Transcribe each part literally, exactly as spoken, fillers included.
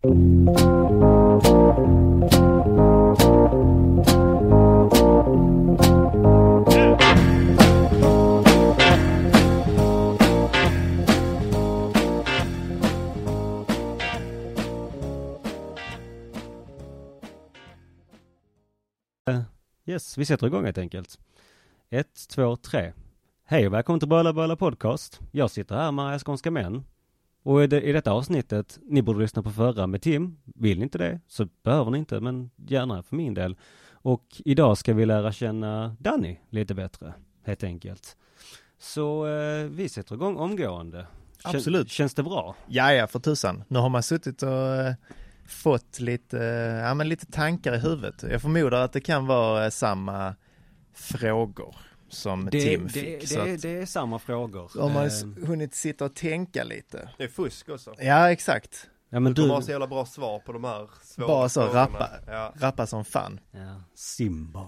Yes, vi sätter igång helt enkelt. Ett, två, tre. Hej och välkommen till Böla Böla Podcast. Jag sitter här med skånska män. Och i, det, i detta avsnittet, ni borde lyssna på förra med Tim. Vill ni inte det så behöver ni inte, men gärna för min del. Och idag ska vi lära känna Danny lite bättre, helt enkelt. Så eh, vi sätter igång omgående. Kän, Absolut. Känns det bra? Ja, ja, för tusan. Nu har man suttit och eh, fått lite, eh, ja, men lite tankar i huvudet. Jag förmodar att det kan vara eh, samma frågor som det, Tim det, fick. Det, så det, att, det är samma frågor. om man Eh, hunnit sitta och tänka lite. Det är fusk också. Ja, exakt. ja, men Du du... har så jävla bra svar på de här svåra Bara så frågorna. rappa, Ja. rappa som fan. Ja, Simba.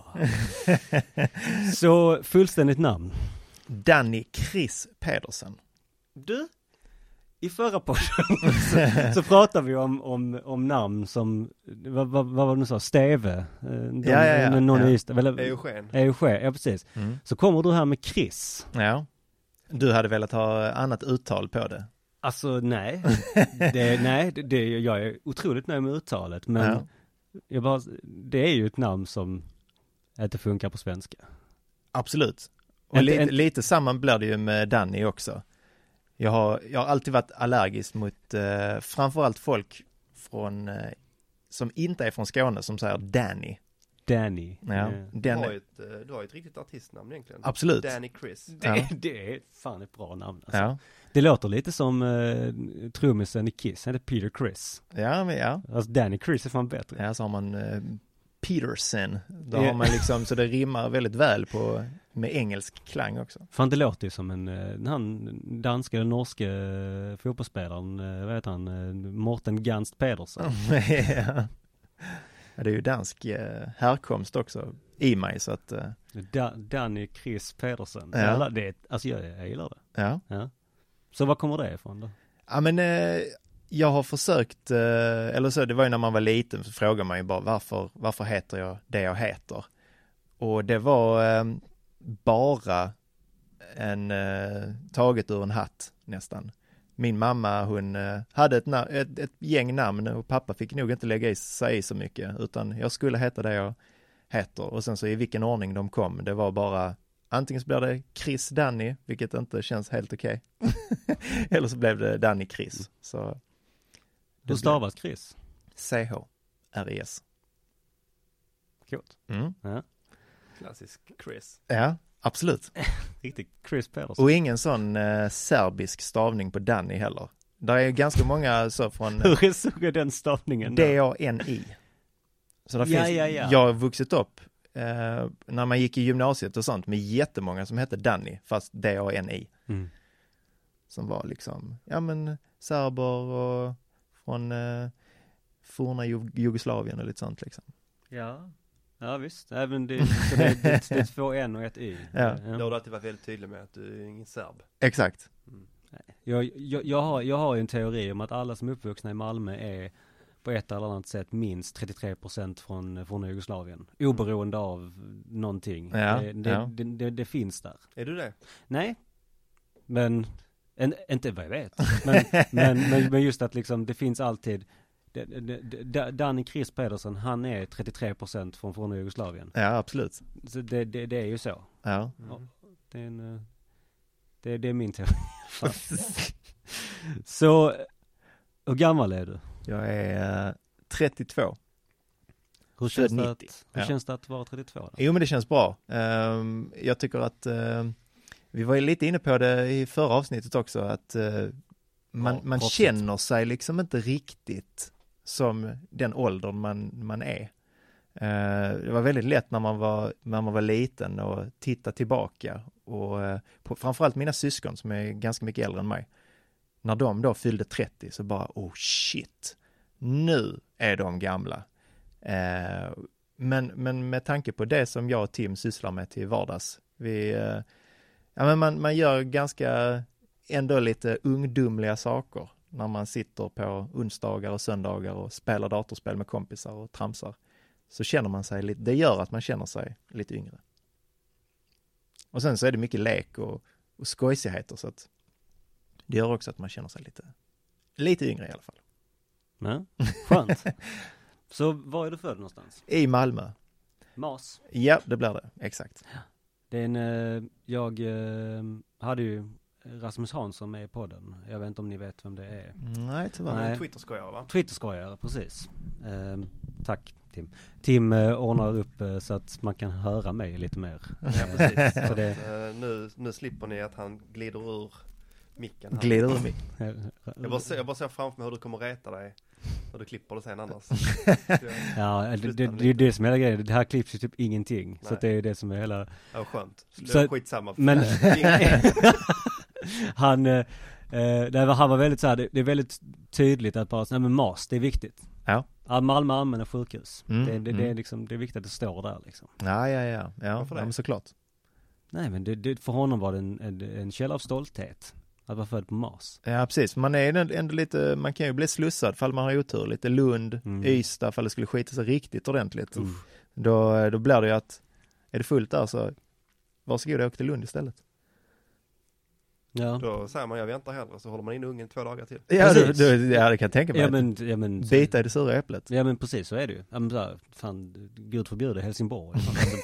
Så fullständigt namn. Danny Chris Pedersen. Du, i förra podden så, så pratade vi om, om, om namn som, vad, vad, vad var det du sa, Steve? Eh, De, Ja, ja, ja. Någon Ja. Just, eller, Eugen. Eugen, ja precis. Mm. Så kommer du här med Chris. Ja. Du hade velat ha annat uttal på det. Alltså nej, det, nej det, det, jag är otroligt nöjd med uttalet, men Ja. jag bara, det är ju ett namn som inte funkar på svenska. Absolut. Och En- lite, en- lite samma blir det ju med Danny också. Jag har, jag har alltid varit allergisk mot eh, framförallt folk från, eh, som inte är från Skåne som säger Danny. Danny. Ja, Eh, Du den, har ju ett, eh, du har ju ett riktigt artistnamn egentligen. Absolut. Danny Chris. Det, Ja. det är fan ett bra namn. Alltså. ja. Det låter lite som uh, trummisen i Kiss, han heter Peter Chris. Ja, men ja. Alltså Danny Chris är fan bättre. Ja, så har man eh, Peterson. Då Ja. har man liksom, så det rimmar väldigt väl på, med engelsk klang också. Fan, det låter ju som en, uh, han danska eller norska uh, fotbollsspelaren, uh, vad heter han, uh, Morten Ganst Pedersen. ja. Ja, det är ju dansk eh, härkomst också i mig, så att, eh, Da, Danny Chris Pedersen. Ja. Jävlar, det är, alltså jag, jag gillar det. ja. Ja. Så var kommer det ifrån då? Ja, men eh, jag har försökt, eh, eller så, det var ju när man var liten så frågade man ju bara varför, varför heter jag det jag heter? Och det var eh, bara en, eh, taget ur en hatt nästan. Min mamma, hon eh, hade ett, na- ett, ett gäng namn och pappa fick nog inte lägga i sig så mycket, utan jag skulle heta det jag heter. Och sen så i vilken ordning de kom, det var bara antingen så blev det Chris Danny, vilket inte känns helt okej. Eller så blev det Danny Chris. Så Hur stavas Chris? C H R I S. Coolt. Mm. Ja. Klassisk Chris. Ja, absolut. Riktigt Chris Pedersen. Och ingen sån eh, serbisk stavning på Danny heller. Där är ju ganska många så från Hur är så är den stavningen då? D A N I. Så där Ja, finns, ja, ja. jag har vuxit upp eh, när man gick i gymnasiet och sånt med jättemånga som hette Danny, fast D A N I. Mm. Som var liksom, ja men serber och från eh, forna Ju- Jugoslavien och lite sånt liksom. Ja. Ja visst, även det, så det, det, det är två N och ett Y. Ja. Då har du alltid varit väldigt tydlig med att du är ingen serb. Exakt. Jag, jag, jag, har, jag har ju en teori om att alla som är uppvuxna i Malmö är på ett eller annat sätt minst trettiotre procent från, från Jugoslavien. Oberoende av någonting. Ja, det, det, ja. Det, det, det finns där. Är du det? Nej, men en, inte vad jag vet. Men, men, men, men just att liksom det finns alltid det, det, det, Danny Chris Pedersen, han är trettiotre procent från forna Jugoslavien. Ja, absolut. Så det, det, det är ju så. Ja. Ja, det, är en, eh, det, det är min teori. Så, hur gammal är du? Jag är eh, trettiotvå. Hur känns, det nittio. att, hur Ja. känns det att vara trettiotvå då? Jo, men det känns bra. Um, jag tycker att uh, vi var ju lite inne på det i förra avsnittet också, att uh, man, Ja, man proffsigt. känner sig liksom inte riktigt som den åldern man, man är. Uh, det var väldigt lätt när man var, när man var liten och titta tillbaka. Och uh, på, framförallt mina syskon som är ganska mycket äldre än mig. När de då fyllde trettio så bara, oh shit, nu är de gamla. Uh, men, men med tanke på det som jag och Tim sysslar med till vardags, vi, uh, ja, men man, man gör ganska ändå lite ungdomliga saker. när man sitter på onsdagar och söndagar och spelar datorspel med kompisar och tramsar, så känner man sig lite, det gör att man känner sig lite yngre. Och sen så är det mycket lek och, och skojsigheter, så att det gör också att man känner sig lite, lite yngre i alla fall. Ja, skönt. Så var är du född någonstans? I Malmö. Mas. Ja, det blir det. Exakt. Det är en, eh, jag eh, hade ju Rasmus Hansson med i podden. Jag vet inte om ni vet vem det är. Nej, tyvärr. Nej. Twitter-skojare, va? Twitter-skojare, precis. Eh, tack Tim. Tim eh, ordnar upp eh, så att man kan höra mig lite mer. Ja, precis. Så det, Eh, nu, nu slipper ni att han glider ur micken här. Glider ur mig. Jag bara, ser, jag bara ser framför mig hur du kommer reta dig. Och du klipper det sen annars. Ja, det, det, det är det som är hela grejen. Det här klipps ju typ ingenting. Nej. Så att det är det som är hela... Ja, skönt. Det Så- är skitsamma. Men han, eh, eh, det var, han var väldigt så här, det, det är väldigt tydligt att bara, nej men mas, det är viktigt. Ja. Ja, Malmö använder sjukhus. Mm, det, det, det, mm. är liksom, det är viktigt att det står där liksom. Ja, ja, ja. Ja, Varför det? ja men såklart. Nej men det, det, för honom var det en, en, en källa av stolthet. Att vara född på Mas. Ja, precis. Man är ändå, ändå lite, man kan ju bli slussad fall man har otur. Lite Lund, Mm. Ystad, fall det skulle skita sig riktigt ordentligt. Uff. Då, då blir det ju att, är det fullt där så varsågod, jag åker till Lund istället. Ja. Då säger man, jag väntar hellre, så håller man in ungen två dagar till. Ja, du, Precis. du, ja, det kan jag tänka mig. Ja men, ja men, Bita i det sura äpplet. ja men precis så är det ju. Ja men så här, fan, Gud förbjuder Helsingborg.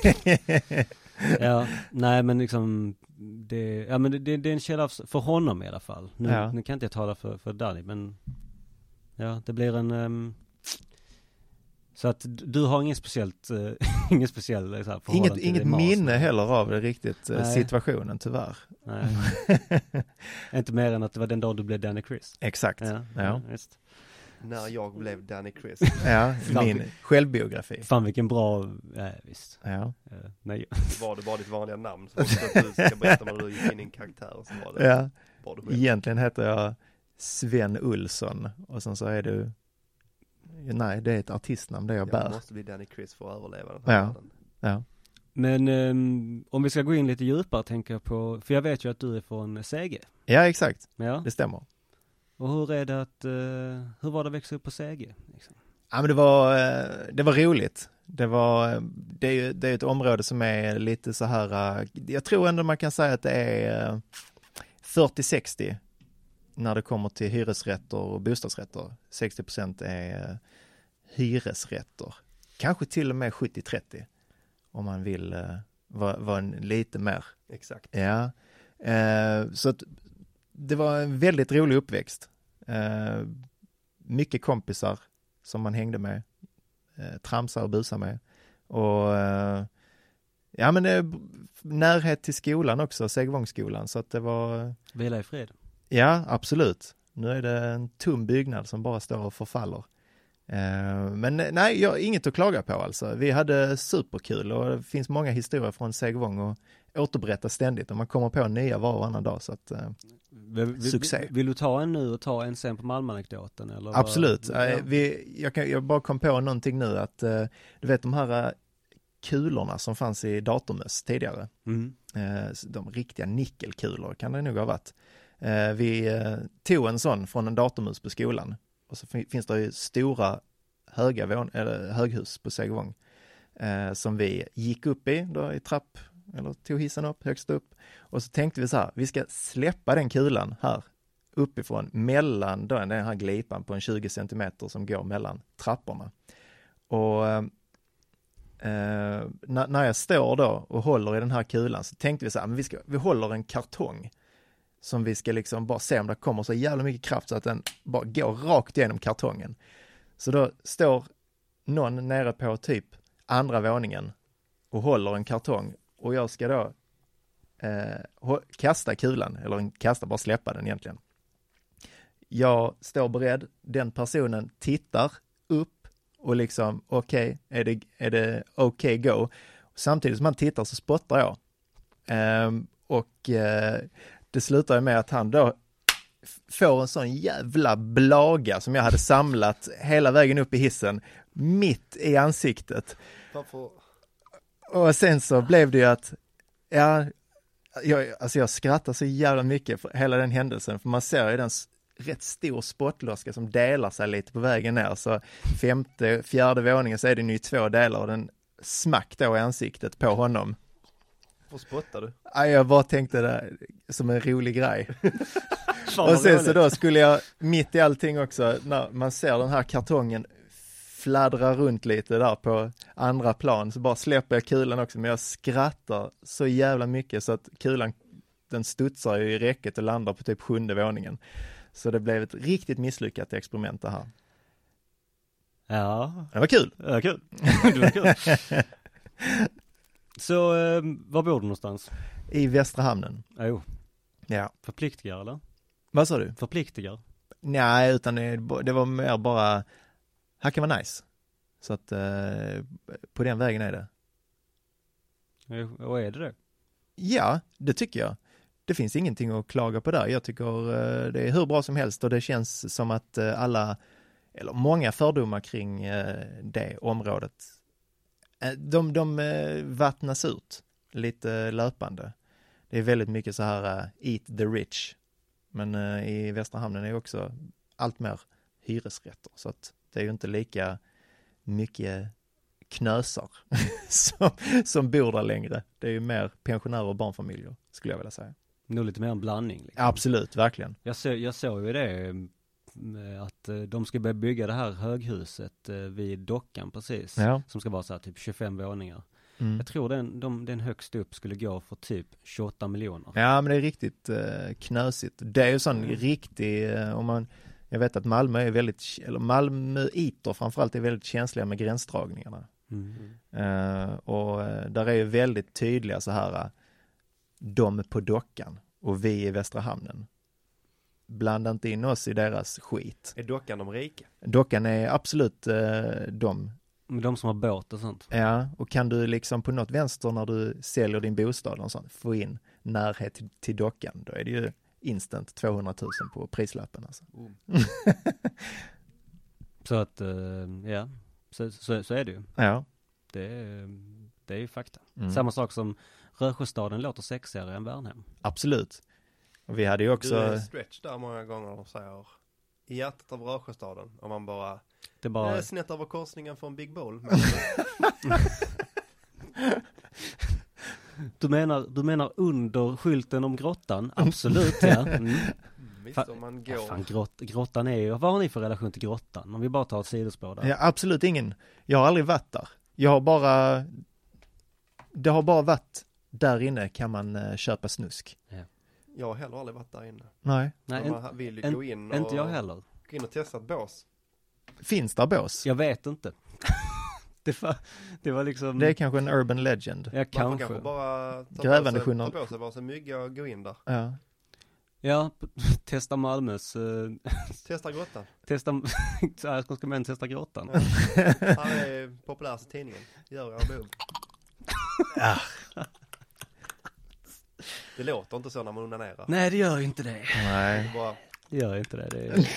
Ja, nej men liksom det, ja men det, det, det är en källa av, för honom i alla fall. Nu, Ja. nu kan inte jag tala för, för Danny, men ja, det blir en um, så att du har ingen speciellt uh, ingen speciell så här, förhållande Inget, till inget det Mas. minne heller av det riktigt, eh, Nej. situationen tyvärr. Nej. Inte mer än att det var den dag du blev Danny Chris. Exakt. Ja, Ja. ja. Just. När jag blev Danny Chris. Ja, Fan, min självbiografi. Fan vilken bra, ja visst. Ja. Uh, nej. Var det bara ditt vanliga namn, så att du ska berätta när du gick in i en karaktär, och så var det Ja. bara du själv. Egentligen heter jag Sven Olsson och sen så är du, nej det är ett artistnamn det jag Jag bär. måste bli Danny Chris för att överleva den här Ja. världen. Ja. Men um, om vi ska gå in lite djupare tänker jag på, för jag vet ju att du är från Sege. Ja, exakt. Ja. Det stämmer. Och hur är det att, uh, hur var det att växa upp på Sege? Liksom? Ja, men det var, eh, det var roligt. Det var, det är ju, det är ett område som är lite så här, eh, jag tror ändå man kan säga att det är eh, fyrtio sextio när det kommer till hyresrätter och bostadsrätter. sextio procent är eh, hyresrätter. Kanske till och med sjuttio trettio om man vill eh, vara, vara en, lite mer. Exakt. Ja, eh, så att det var en väldigt rolig uppväxt. Eh, mycket kompisar som man hängde med, eh, tramsa och busa med. Och eh, ja men eh, närhet till skolan också, Segevångsskolan, så att det var, Vila i fred. ja absolut. Nu är det en tom byggnad som bara står och förfaller. Eh, men nej, jag har inget att klaga på alltså. Vi hade superkul och det finns många historier från Segevång och återberätta ständigt och man kommer på nya var och annan dag, så att eh, Vill, vill, Succé. vill du ta en nu och ta en sen på Malmö-anekdoten? Eller vad? absolut. Ja. Eh, vi, jag, kan, jag bara kom på någonting nu att eh, du vet de här eh, kulorna som fanns i datormöss tidigare. Mm. Eh, de riktiga nickelkulor kan det nog ha varit. Eh, vi eh, tog en sån från en datormus på skolan och så fin- finns det ju stora höga vån- eller höghus på Segevång eh, som vi gick upp i då i trapp eller tog hissen upp högst upp och så tänkte vi så här, vi ska släppa den kulan här uppifrån mellan då, den här glipan på en tjugo centimeter som går mellan trapporna. Och eh, när, när jag står då och håller i den här kulan så tänkte vi så här, men vi, ska, vi håller en kartong som vi ska liksom bara se om det kommer så jävla mycket kraft så att den bara går rakt igenom kartongen. Så då står någon nere på typ andra våningen och håller en kartong och jag ska då eh, kasta kulan, eller kasta, bara släppa den egentligen. Jag står beredd, den personen tittar upp och liksom okej, okay, är det, är det okej okay, go? Samtidigt som han tittar så spottar jag. Ehm, och eh, det slutar med att han då får en sån jävla blaga som jag hade samlat hela vägen upp i hissen mitt i ansiktet. Varför? Och sen så blev det ju att ja, jag, alltså jag skrattar så jävla mycket för hela den händelsen, för man ser ju den rätt stor spottloska som delar sig lite på vägen ner. Så femte, fjärde våningen så är den ju två delar och den smack då i ansiktet på honom. Vad spottar du? Ja, jag bara tänkte det som en rolig grej. Fan, Och sen vad så då skulle jag mitt i allting också, när man ser den här kartongen fladdra runt lite där på andra plan, så bara släpper jag kulan också, men jag skrattar så jävla mycket så att kulan, den studsar ju i räcket och landar på typ sjunde våningen. Så det blev ett riktigt misslyckat experiment det här. Ja, Det var kul. ja kul. Det var kul. Så, eh, var bor du någonstans? I Västra hamnen. Ja, jo. Ja. Förpliktigar eller? Vad sa du? Förpliktigar? Nej, utan det, det var mer bara, här kan vara nice. Så att eh, på den vägen är det. Jo, och är det det? Ja, det tycker jag. Det finns ingenting att klaga på där. Jag tycker eh, det är hur bra som helst och det känns som att eh, alla, eller många fördomar kring eh, det området, eh, de, de eh, vattnas ut lite löpande. Det är väldigt mycket så här uh, eat the rich. Men uh, i Västra hamnen är också allt mer hyresrätter. Så att det är ju inte lika mycket knösar som, som bor där längre. Det är ju mer pensionärer och barnfamiljer, skulle jag vilja säga. Nog lite mer en blandning. Liksom. Absolut, verkligen. Jag, så, jag såg ju det, eh, att eh, de ska börja bygga det här höghuset eh, vid dockan precis. Ja. Som ska vara så här typ tjugofem våningar. Mm. Jag tror den, de, den högst upp skulle gå för typ tjugoåtta miljoner. Ja, men det är riktigt eh, knösigt. Det är ju sån Mm. riktig, eh, om man, jag vet att Malmö är väldigt, eller Malmöiter framförallt är väldigt känsliga med gränsdragningarna. Mm. Uh, och uh, där är ju väldigt tydliga så här, uh, de på dockan och vi i Västra hamnen. Blanda inte in oss i deras skit. Är dockan de rika? Dockan är absolut uh, de. Men de som har båt och sånt. Ja, och kan du liksom på något vänster när du säljer din bostad och sånt, få in närhet till, till dockan, då är det ju instant tvåhundratusen på prislappen alltså. Mm. Så att, uh, ja, så, så, så är det ju. Ja. Det är, det är ju fakta. Mm. Samma sak som Rösjöstaden låter sexigare än Värnhem. Absolut. Och vi hade ju också... Du är stretch där många gånger och säger i hjärtat av Rösjöstaden. Om man bara, Det är det bara... är snett över korsningen för en Big Bowl. Men Du menar, du menar under skylten om grottan? Absolut, ja. Mm. visst Fa- om man Ja, går. fan, grott, grottan är ju... Vad har ni för relation till grottan? Om vi bara tar ett sidospår där. Ja, absolut ingen. Jag har aldrig varit där. Jag har bara... Det har bara varit där inne kan man uh, köpa snusk. Jag har heller aldrig varit där inne. Nej. Nej, Men en, man vill ju en- gå in och, inte jag heller. gå in och testa ett bås. Finns där bås? Jag vet inte. det, var, det var liksom... Det är kanske en urban legend. Ja, Man får kanske. kanske bara ta Grävande på sig, journal- ta på sig vad som mygga och gå in där. Ja. Ja, p- testa Malmös... Uh, Testa grottan. testa... så här ska män testa grottan. Han är populärast i tidningen. Gör jag behov. Ja. Det låter inte så när man onanerar. Nej, det gör inte det. Nej. Bara, Det gör inte det. det är...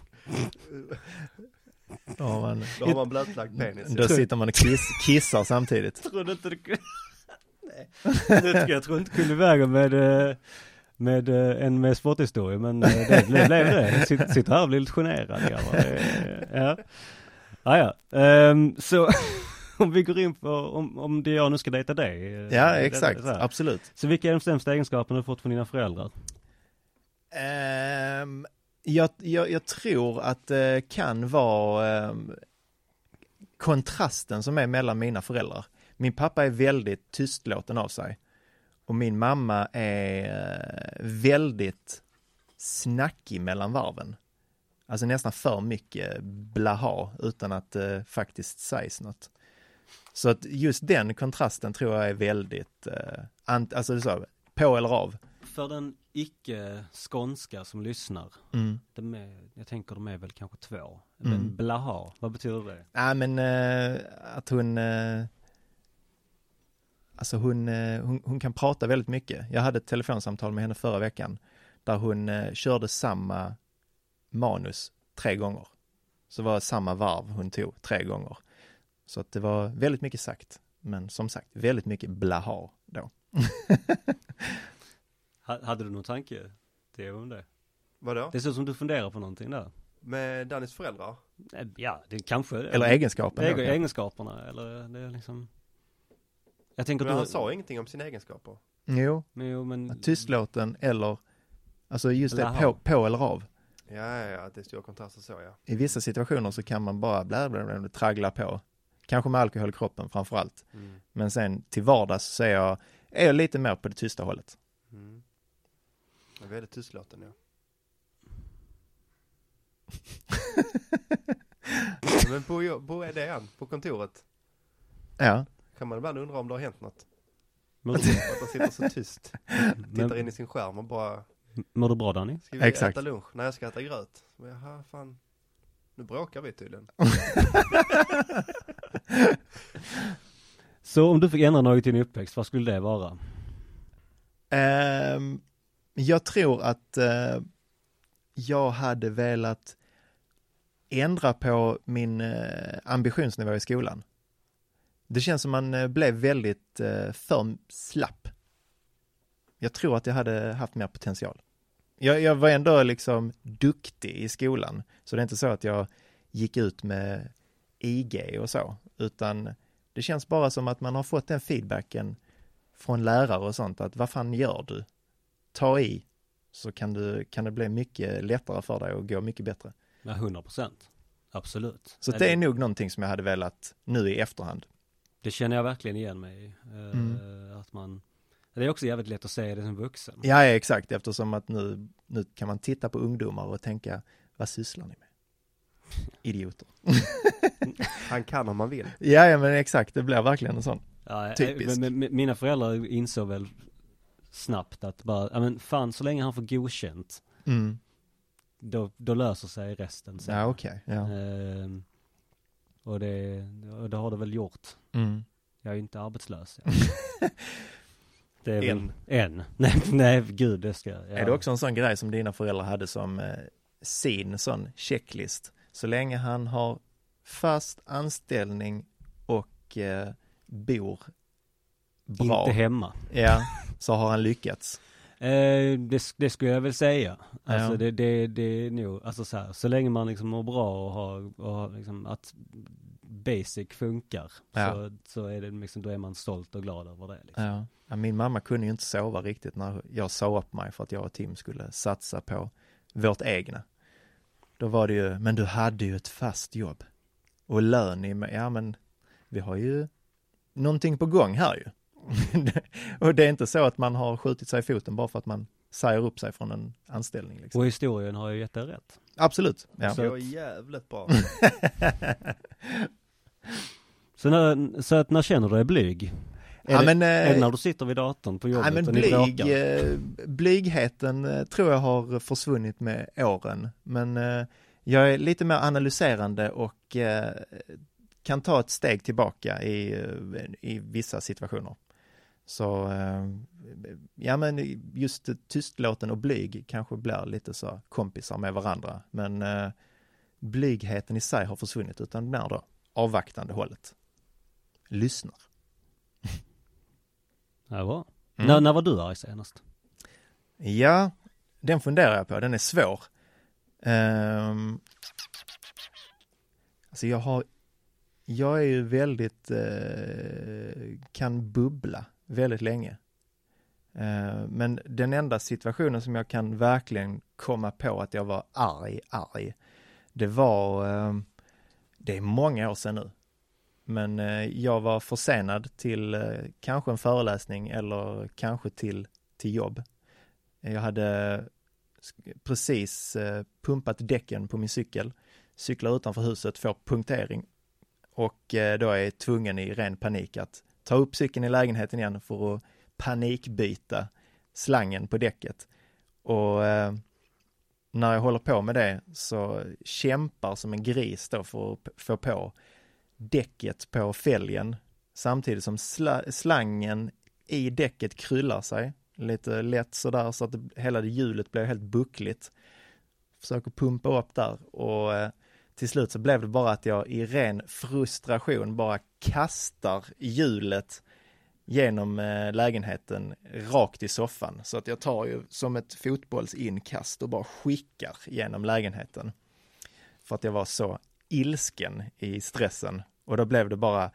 Då har man, då har man blötlagd penis. då sitter man och kiss, kissar samtidigt. Jag trodde inte det kunde... Nej. Jag tror inte det kunde väga med, eh, med eh, en med sporthistoria, men eh, det blev blev det. Sitter, sitter här och blir lite generad. grabbar. Eh, Ja, ah, ja. Ehm, så om vi går in på, om, om det jag nu ska dejta dig. eh, Ja, det- exakt. så här. Absolut. Så vilka är de sämsta egenskaperna du har fått från dina föräldrar? Um, jag, jag, jag tror att det kan vara um, kontrasten som är mellan mina föräldrar. Min pappa är väldigt tystlåten av sig. Och min mamma är uh, väldigt snackig mellan varven. Alltså nästan för mycket blaha utan att uh, faktiskt sägs något. Så att just den kontrasten tror jag är väldigt, uh, ant- alltså det är så, på eller av. För den icke-skånska som lyssnar, Mm. de är, jag tänker de är väl kanske två. Mm. Men blaha, vad betyder det? Nej, men eh, att hon eh, alltså hon, eh, hon hon kan prata väldigt mycket. Jag hade ett telefonsamtal med henne förra veckan där hon eh, körde samma manus tre gånger. Så var det samma varv hon tog tre gånger. Så att det var väldigt mycket sagt. Men som sagt, väldigt mycket blaha då. Ha- Hade du någon tanke till om det? Vadå? Det ser ut som du funderar på någonting där. Med Dannys föräldrar? Ja, det kanske. Eller egenskapen. Egen, då, egenskaperna, eller det är liksom... Jag tänker Men att han du... sa ingenting om sina egenskaper. Jo, Men, jo, men... tystlåten eller, alltså just det, Eller på, av. på eller av. Ja, ja, ja, det är stora kontraster så, ja. I vissa situationer så kan man bara bla bla bla, traggla på. Kanske med alkohol i kroppen framför allt. Mm. Men sen till vardags så är jag, är jag lite mer på det tysta hållet. Mm. Det är väldigt tystlåten, ja. Men på, på är det han, på kontoret. Ja. Kan man ibland undra om det har hänt något. Mår du, Att han sitter så tyst. Tittar men, in i sin skärm och bara, mår du bra, Danny? ska vi Exakt. äta lunch? Nej, jag ska äta gröt. Men jaha, fan. Nu bråkar vi tydligen. Så om du fick ändra något i din uppväxt, vad skulle det vara? Ehm, jag tror att eh, jag hade velat ändra på min eh, ambitionsnivå i skolan. Det känns som man eh, blev väldigt eh, för slapp. Jag tror att jag hade haft mer potential. Jag, jag var ändå liksom duktig i skolan, så det är inte så att jag gick ut med I G och så, utan det känns bara som att man har fått den feedbacken från lärare och sånt, att vad fan gör du? Ta i, så kan, du, kan det bli mycket lättare för dig och gå mycket bättre. Ja, hundra procent. Absolut. Så det är nog någonting som jag hade velat nu i efterhand. Det känner jag verkligen igen mig i. Eh, Mm. Att man... Det är också jävligt lätt att säga det som vuxen. Ja, ja, exakt, eftersom att nu, nu kan man titta på ungdomar och tänka, vad sysslar ni med? Idioter. Han kan om man vill. Ja, ja, men exakt, det blir verkligen en sån. Ja, Typisk. men, men, mina föräldrar insåg väl snabbt att bara, ja men fan, så länge han får godkänt, Mm. då, då löser sig resten sen. Ja, okej. Okay. Ja. Ehm, och, det, och det har det väl gjort. Mm. Jag är ju inte arbetslös. Ja. Det är En. väl en. Nej, nej, gud, det ska jag. Ja. Är det också en sån grej som dina föräldrar hade som eh, sin sån checklist? Så länge han har fast anställning och eh, bor bra, Inte hemma. ja, så har han lyckats. Eh, det, det skulle jag väl säga. Alltså Ja. det, det, det är nog, alltså så här, så länge man liksom mår bra och har, och har liksom att basic funkar, Ja. så, så är det liksom, då är man stolt och glad över det. Liksom. Ja. Ja, min mamma kunde ju inte sova riktigt när jag sa upp mig för att jag och Tim skulle satsa på vårt egna. Då var det ju, men du hade ju ett fast jobb. Och lön i mig, ja men vi har ju någonting på gång här ju. Och det är inte så att man har skjutit sig i foten bara för att man säger upp sig från en anställning. Liksom. Och historien har ju gett det rätt. Absolut. Ja. Så- Det var jävligt bra. Så, när, så att när känner du dig blyg? Är, Ja, det, men, är det eh, när du sitter vid datorn på jobbet ja, men och ni blyg, bråkar? eh, blygheten eh, tror jag har försvunnit med åren. Men eh, jag är lite mer analyserande och eh, kan ta ett steg tillbaka i, eh, i vissa situationer. Så eh, ja, men just tystlåten och blyg kanske blir lite så kompisar med varandra. Men eh, blygheten i sig har försvunnit, utan blir då avvaktande hållet. Lyssnar. Ja, bra. Mm. När, när var du arg senast? Ja, den funderar jag på. Den är svår. Um, alltså jag har, jag är ju väldigt, uh, kan bubbla väldigt länge. Uh, men den enda situationen som jag kan verkligen komma på att jag var arg, arg, det var, uh, det är många år sedan nu. Men uh, jag var försenad till uh, kanske en föreläsning eller kanske till, till jobb. Jag hade precis eh, pumpat däcken på min cykel, cyklar utanför huset, får punktering och eh, då är jag tvungen i ren panik att ta upp cykeln i lägenheten igen för att panikbyta slangen på däcket. Och eh, när jag håller på med det så kämpar som en gris då för att få på däcket på fälgen samtidigt som sla- slangen i däcket kryllar sig. Lite lätt sådär så att det, hela det hjulet blev helt buckligt. Försöker pumpa upp där och eh, till slut så blev det bara att jag i ren frustration bara kastar hjulet genom eh, lägenheten rakt i soffan. Så att jag tar ju som ett fotbollsinkast och bara skickar genom lägenheten. För att jag var så ilsken i stressen. Och då blev det bara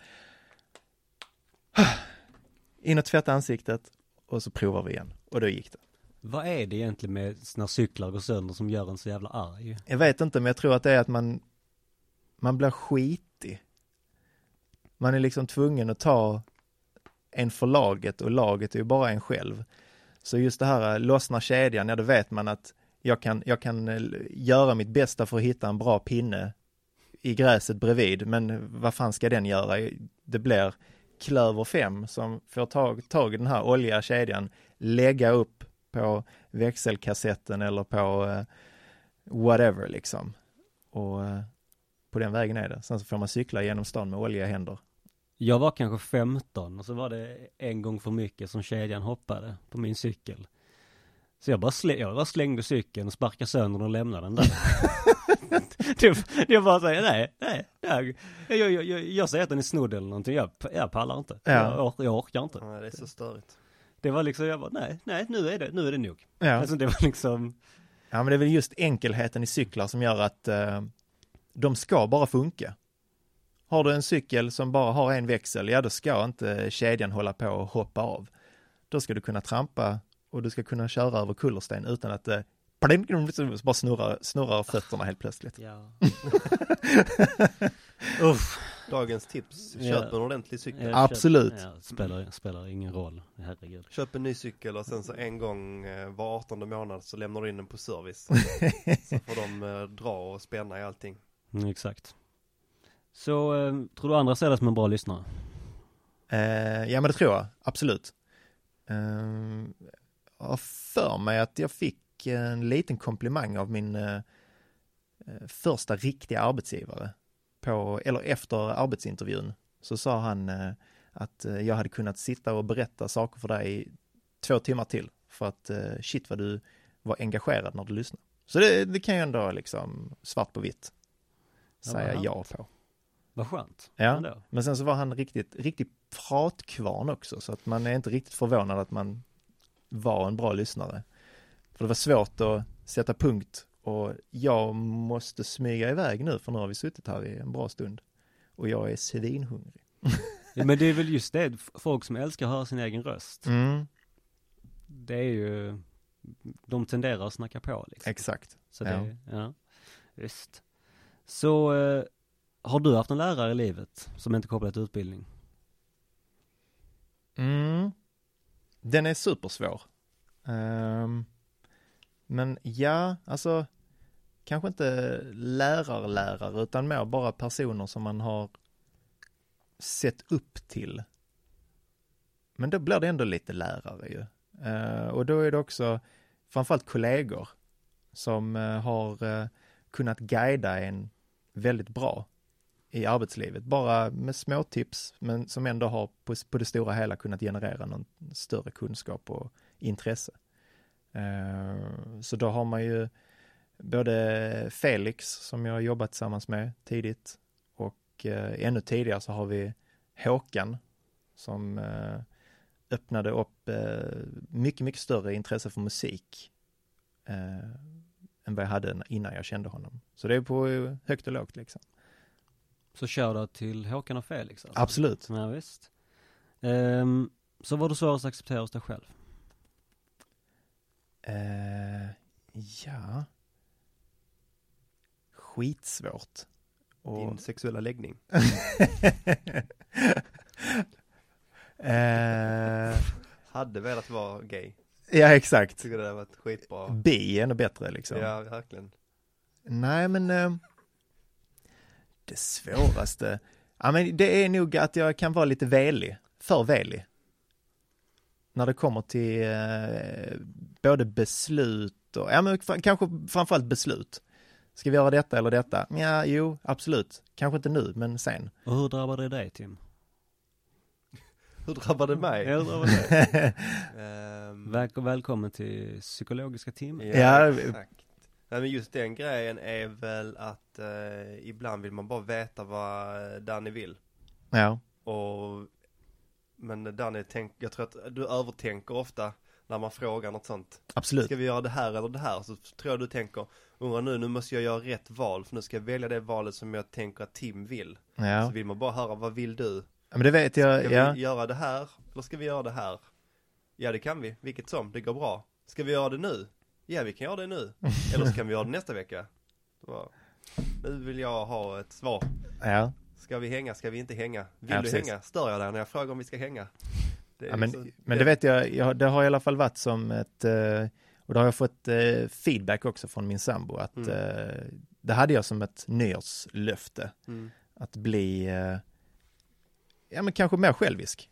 in och tvätta ansiktet och så provar vi igen. Och då gick det. Vad är det egentligen med när cyklar går sönder som gör en så jävla arg? Jag vet inte, men jag tror att det är att man man blir skitig. Man är liksom tvungen att ta en för laget och laget är ju bara en själv. Så just det här lossna kedjan, ja då vet man att jag kan, jag kan göra mitt bästa för att hitta en bra pinne i gräset bredvid, men vad fan ska den göra? Det blir klöver fem som får tag, tag i den här oljiga kedjan, lägga upp på växelkassetten eller på uh, whatever liksom. Och uh, på den vägen är det. Sen så får man cykla genom stan med oljiga händer. Jag var kanske femton och så var det en gång för mycket som kedjan hoppade på min cykel. Så jag bara, slä, jag bara slängde cykeln och sparkade sönder och lämnade den där. det, det var så här, nej, nej, nej. Jag, jag, jag, jag säger att den är snodd eller någonting. Jag, jag pallar inte. Ja. Jag, or, jag orkar inte. Ja, det är så störigt. Det var liksom, jag bara, nej, nej, nu är det, nu är det nog. Ja. Alltså det var liksom... Ja, men det är väl just enkelheten i cyklar som gör att uh, de ska bara funka. Har du en cykel som bara har en växel, ja då ska inte kedjan hålla på och hoppa av. Då ska du kunna trampa och du ska kunna köra över kullersten utan att det uh, bara snurrar, snurrar fötterna helt plötsligt. Ja. Uff. Dagens tips, köp Ja. en ordentlig cykel. Ja, Absolut. Ja, spelar, spelar ingen roll, herregud. Köp en ny cykel och sen så en gång eh, var artonde månad så lämnar du in den på service. Så får de eh, dra och spänna i allting. Mm, exakt. Så, eh, tror du andra ser det som en bra lyssnare? Uh, ja, men det tror jag. Absolut. Uh, jag har för mig att jag fick en liten komplimang av min uh, första riktiga arbetsgivare. På, eller efter arbetsintervjun så sa han uh, att uh, jag hade kunnat sitta och berätta saker för dig i två timmar till. För att uh, shit vad du var engagerad när du lyssnade. Så det, det kan ju ändå liksom svart på vitt säga Ja, ja på. Vad skönt. Ja, Ändå. men sen så var han riktigt, riktigt pratkvarn också, så att man är inte riktigt förvånad att man var en bra lyssnare. För det var svårt att sätta punkt och jag måste smyga iväg nu för nu har vi suttit här i en bra stund och jag är svinhungrig. Ja, men det är väl just det, folk som älskar att höra sin egen röst. Mm, Det är ju, de tenderar att snacka på liksom. exakt. Så ja. det, ja, visst. Så, eh, har du haft en lärare i livet som inte kopplat till utbildning? Mm. Den är supersvår. Um, men ja, alltså kanske inte lärarlärare utan mer bara personer som man har sett upp till. Men då blir det ändå lite lärare ju. Uh, och då är det också framförallt kollegor som uh, har uh, kunnat guida en väldigt bra i arbetslivet. Bara med små tips men som ändå har på, på det stora hela kunnat generera någon större kunskap och intresse. Uh, så då har man ju både Felix som jag har jobbat tillsammans med tidigt och uh, ännu tidigare så har vi Håkan som uh, öppnade upp uh, mycket, mycket större intresse för musik uh, än vad jag hade innan jag kände honom. Så det är på högt och lågt liksom. Så shoutout till Håkan och Felix alltså. Absolut. Ja, visst. Um, så var du svårast att acceptera hos dig själv? Uh, ja. Skitsvårt. Och... Din sexuella läggning. uh... Hade velat vara gay. Ja, exakt. Tycker det hade varit skitbra. Bi är ännu bättre liksom. Ja, verkligen. Nej, men uh... det svåraste. Ja, men det är nog att jag kan vara lite velig. För velig. När det kommer till eh, både beslut och, ja men f- kanske framförallt beslut. Ska vi göra detta eller detta? Ja, jo, absolut. Kanske inte nu, men sen. Och hur drabbade det dig, Tim? Hur drabbade det mig? Hur drabbade det dig? um, Väl, välkommen till psykologiska timmen. ja, Ja, exakt. Nej, men just den grejen är väl att eh, ibland vill man bara veta vad Danny vill. Ja. Och Men Danny, tänk, jag tror att du övertänker ofta när man frågar något sånt. Absolut. Ska vi göra det här eller det här? Så tror jag du tänker, undrar nu, nu måste jag göra rätt val. För nu ska jag välja det valet som jag tänker att Tim vill. Ja. Så vill man bara höra, vad vill du? Ja, men det vet jag, Ska ja. vi göra det här? Eller ska vi göra det här? Ja, det kan vi. Vilket som, det går bra. Ska vi göra det nu? Ja, vi kan göra det nu. Eller så kan vi göra det nästa vecka. Så, nu vill jag ha ett svar. Ja. Ska vi hänga? Ska vi inte hänga? Vill Ja, du precis. hänga? Stör jag där när jag frågar om vi ska hänga? Det är Ja, men, liksom- men det vet jag, jag, det har i alla fall varit som ett, eh, och då har jag fått eh, feedback också från min sambo, att Mm. eh, det hade jag som ett nyårslöfte, Mm. att bli, eh, ja men kanske mer självisk,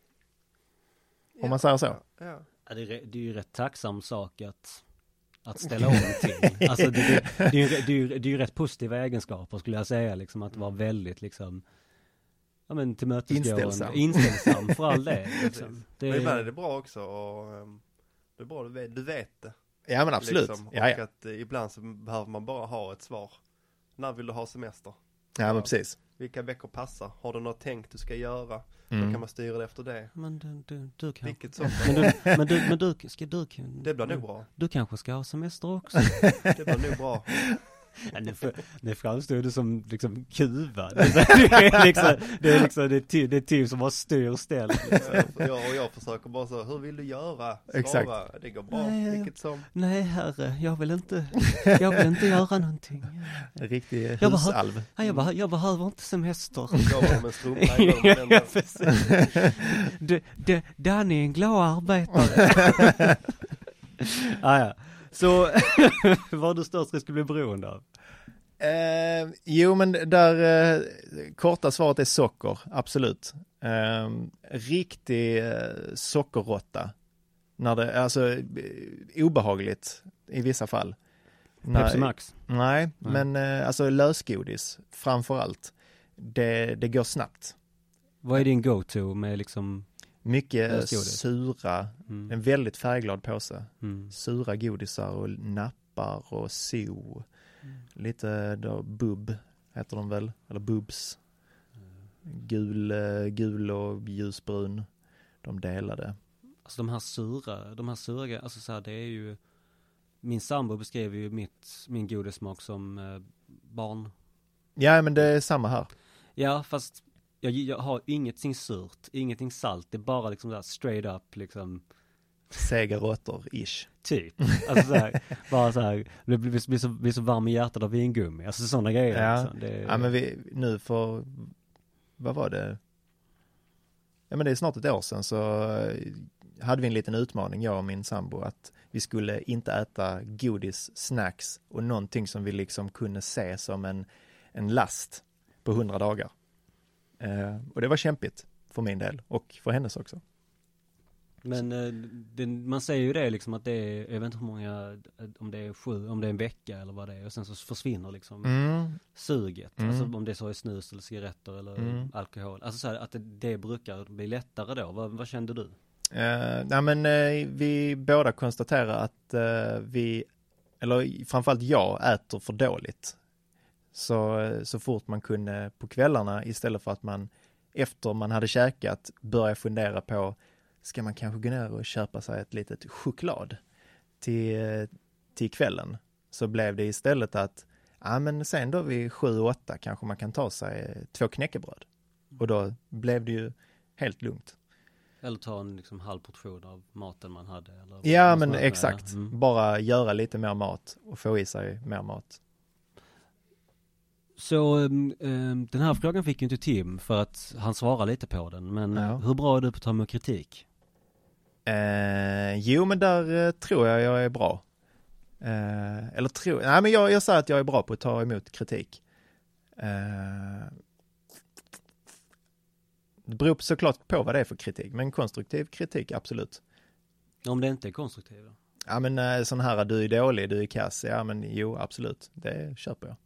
om man säger så. Ja. Ja, det, är, det är ju rätt tacksam sak att, att ställa om till. Alltså det, det, det, är ju, det, är ju, det är ju rätt positiva egenskaper skulle jag säga, liksom att vara väldigt liksom, ja men tillmötesgående, Inställsam. inställsam för all det. Liksom. Det Men ibland är är, det bra också och um, det är bra, du vet, du vet det. Ja men absolut, Liksom. Och ja, ja. att eh, ibland så behöver man bara ha ett svar. När vill du ha semester? ja men precis. Vilka veckor passar? Har du något tänkt du ska göra? Då Mm. kan man styra det efter det. men du, du, du kan. Vilket som. Men du, men du, men du, ska du, Det blir nog bra. du kanske ska ha semester också. Det blir nog bra. Ja, nu, för, nu framstod du som liksom kuvad. Det är liksom, det är liksom, det är ty, det är typ som har styr ställ. Liksom. Jag, och jag försöker bara så, hur vill du göra? Svara. Exakt. Det går bra, Nej, vilket som. Nej herre, jag vill inte, jag vill inte göra någonting. En riktig Jag bara- husalv. Nej, jag, behöver, jag behöver inte semester. Gav dem en strumpa en gång, men Ja, ändå. precis. D- D- Danny är en glad arbetare. ah, ja. Så vad har du störst risk att bli beroende av? Eh, jo, men där eh, korta svaret är socker, absolut. Eh, riktig eh, sockerrotta. När det, alltså eh, obehagligt i vissa fall. Pepsi Max? Nej, Nej. men eh, alltså lösgodis framför allt. Det, det går snabbt. Vad är din go-to med liksom, Mycket eh, Lösgodis. sura, mm, en väldigt färgglad påse. mm, Sura godisar och nappar och so. Lite då bub heter de väl, eller bubs. Gul, eh, gul och ljusbrun. De delade. alltså de här sura, de här sura grejerna, alltså så här, det är ju, min sambo beskrev ju mitt, min godissmak som eh, barn. Ja, men det är samma här. Ja, fast jag, jag har ingenting surt, ingenting salt, det är bara liksom där straight up liksom, Sega råttor-ish. typ. Alltså så här, bara så här, blir, blir, blir, så, blir så varm i hjärtat av vingummi, alltså sådana grejer. Ja. Liksom. Det, Ja, men vi, nu för, vad var det? Ja, men det är snart ett år sedan så eh, hade vi en liten utmaning, jag och min sambo, att vi skulle inte äta godis, snacks och någonting som vi liksom kunde se som en, en last på hundra dagar. Eh, och det var kämpigt för min del och för hennes också. Men eh, det, man säger ju det liksom att det är, jag vet inte hur många, om det är sju, om det är en vecka eller vad det är, och sen så försvinner liksom Mm. suget. Mm. Alltså om det så är snus eller cigaretter eller Mm. alkohol. Alltså så här, att det, det brukar bli lättare då. Vad, vad kände du? Eh, nej men eh, vi båda konstaterar att eh, vi, eller framförallt jag, äter för dåligt. Så, eh, så fort man kunde på kvällarna, istället för att man efter man hade käkat börja fundera på, ska man kanske gå ner och köpa sig ett litet choklad till, eh, till kvällen, så blev det istället att ja men sen då vid sju, åtta kanske man kan ta sig två knäckebröd. Och då blev det ju helt lugnt. Eller ta en liksom halv portion av maten man hade? Eller Ja, vad men som helst. exakt. Mm. Bara göra lite mer mat och få i sig mer mat. Så um, um, den här frågan fick ju inte Tim för att han svarar lite på den. Men Ja. hur bra är du på att ta emot kritik? Eh, jo, men där eh, tror jag jag är bra. Eh, eller tror, nej men jag, jag säger att jag är bra på att ta emot kritik. Eh, det beror såklart på vad det är för kritik, men konstruktiv kritik, absolut. Om det inte är konstruktivt då? Ja men eh, sån här, du är dålig, du är kass, ja men jo, absolut, det köper jag.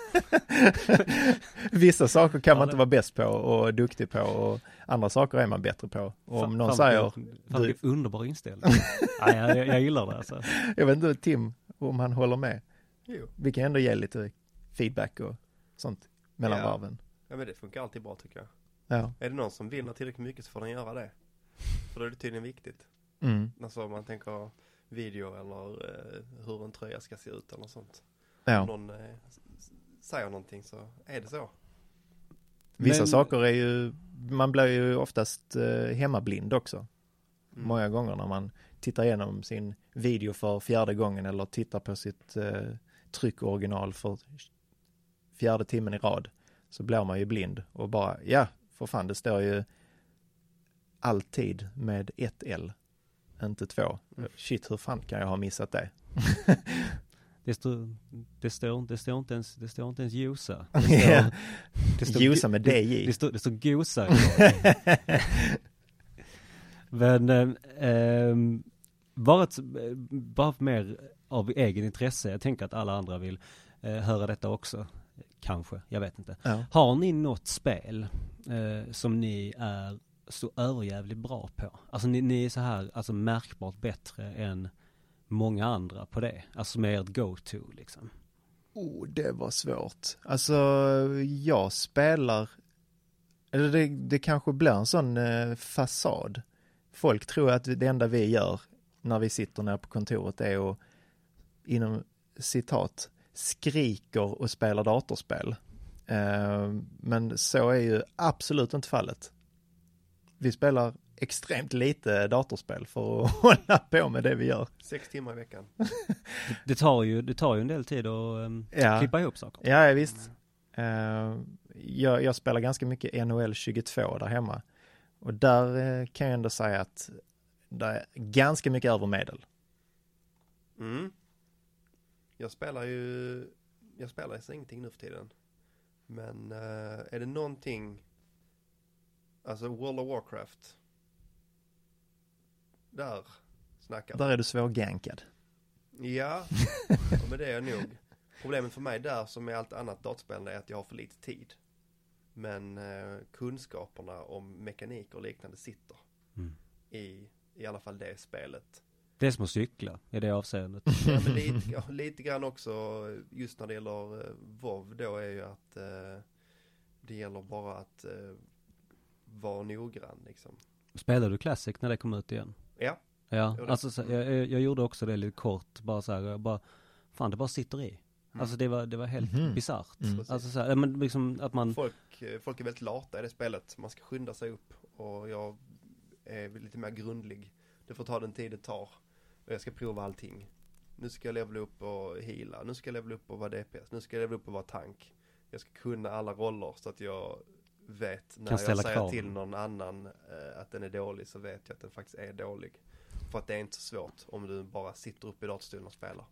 Vissa saker kan man inte vara bäst på och duktig på, och andra saker är man bättre på. Och om Fan- någon fan säger, vilken- Fan du- vilken underbar inställning. ja, jag, jag, jag gillar det alltså. jag vet inte Tim om han håller med. Jo. Vi kan ändå ge lite feedback och sånt mellan Ja. varven. Ja, men det funkar alltid bra tycker jag. Ja. Är det någon som vinner tillräckligt mycket så får den göra det. För då är det tydligen viktigt. Mm. Alltså om man tänker video eller eh, hur en tröja ska se ut eller något sånt. Ja. Om någon eh, s- säger någonting så är det så. Vissa Men- saker är ju, man blir ju oftast eh, hemmablind också. Mm. Många gånger när man tittar igenom sin video för fjärde gången eller tittar på sitt eh, tryckoriginal för fjärde timmen i rad, så blir man ju blind och bara, ja, för fan, det står ju alltid med ett L, inte två. Mm. Shit, hur fan kan jag ha missat det? Det står, det står, det står inte ens, det står inte ens Josa. Ja. Det står, Josa med det, D J. det står, det står Gosa. Men eh, eh, bara, ett, bara mer av egen intresse. Jag tänker att alla andra vill eh, höra detta också. Kanske, jag vet inte. Ja. Har ni något spel eh, som ni är så överjävligt bra på? Alltså ni, ni är så här, alltså märkbart bättre än många andra på det. Alltså med ert go-to liksom. Oh, det var svårt. Alltså, jag spelar, eller det, det kanske blir en sån eh, fasad. Folk tror att det enda vi gör när vi sitter nere på kontoret är att, inom citat, skriker och spelar datorspel. Eh, men så är ju absolut inte fallet. Vi spelar extremt lite datorspel för att hålla på med det vi gör. Sex timmar i veckan. Det, det, tar ju, det tar ju en del tid att um, Ja. klippa ihop saker. Ja, ja visst. Uh, jag, jag spelar ganska mycket N H L tjugotvå där hemma. Och där uh, kan jag ändå säga att det är ganska mycket över medel. Mm. Jag spelar ju, jag spelar ju ingenting nu för tiden. Men eh, är det någonting, alltså World of Warcraft, där snackar Där är du svårgankad. Ja, ja, men det är jag nog. Problemet för mig där, som med allt annat dataspelande, är att jag har för lite tid. Men eh, kunskaperna om mekanik och liknande sitter Mm. i, i alla fall det spelet. Det är som att cykla i det avseendet. Ja, men lite, ja, lite grann också, just när det gäller eh, WoW då, är ju att eh, det gäller bara att eh, vara noggrann liksom. Spelar du Classic när det kom ut igen? Ja. Ja, Jo, det- alltså så, jag, jag, jag gjorde också det lite kort, bara så här, jag bara, fan det bara sitter i. Mm. Alltså det var, det var helt Mhm. bisarrt. Mm. Alltså så här, ja, men liksom att man, Folk, eh, folk är väldigt lata i det spelet. Man ska skynda sig upp och jag är lite mer grundlig. Det får ta den tid det tar. Och jag ska prova allting. Nu ska jag levela upp och heala. Nu ska jag levela upp och vara D P S. Nu ska jag levela upp och vara tank. Jag ska kunna alla roller så att jag vet när Kan ställa jag säger krav. till någon annan eh, att den är dålig, så vet jag att den faktiskt är dålig. För att det är inte så svårt om du bara sitter upp i datorstolen och spelar.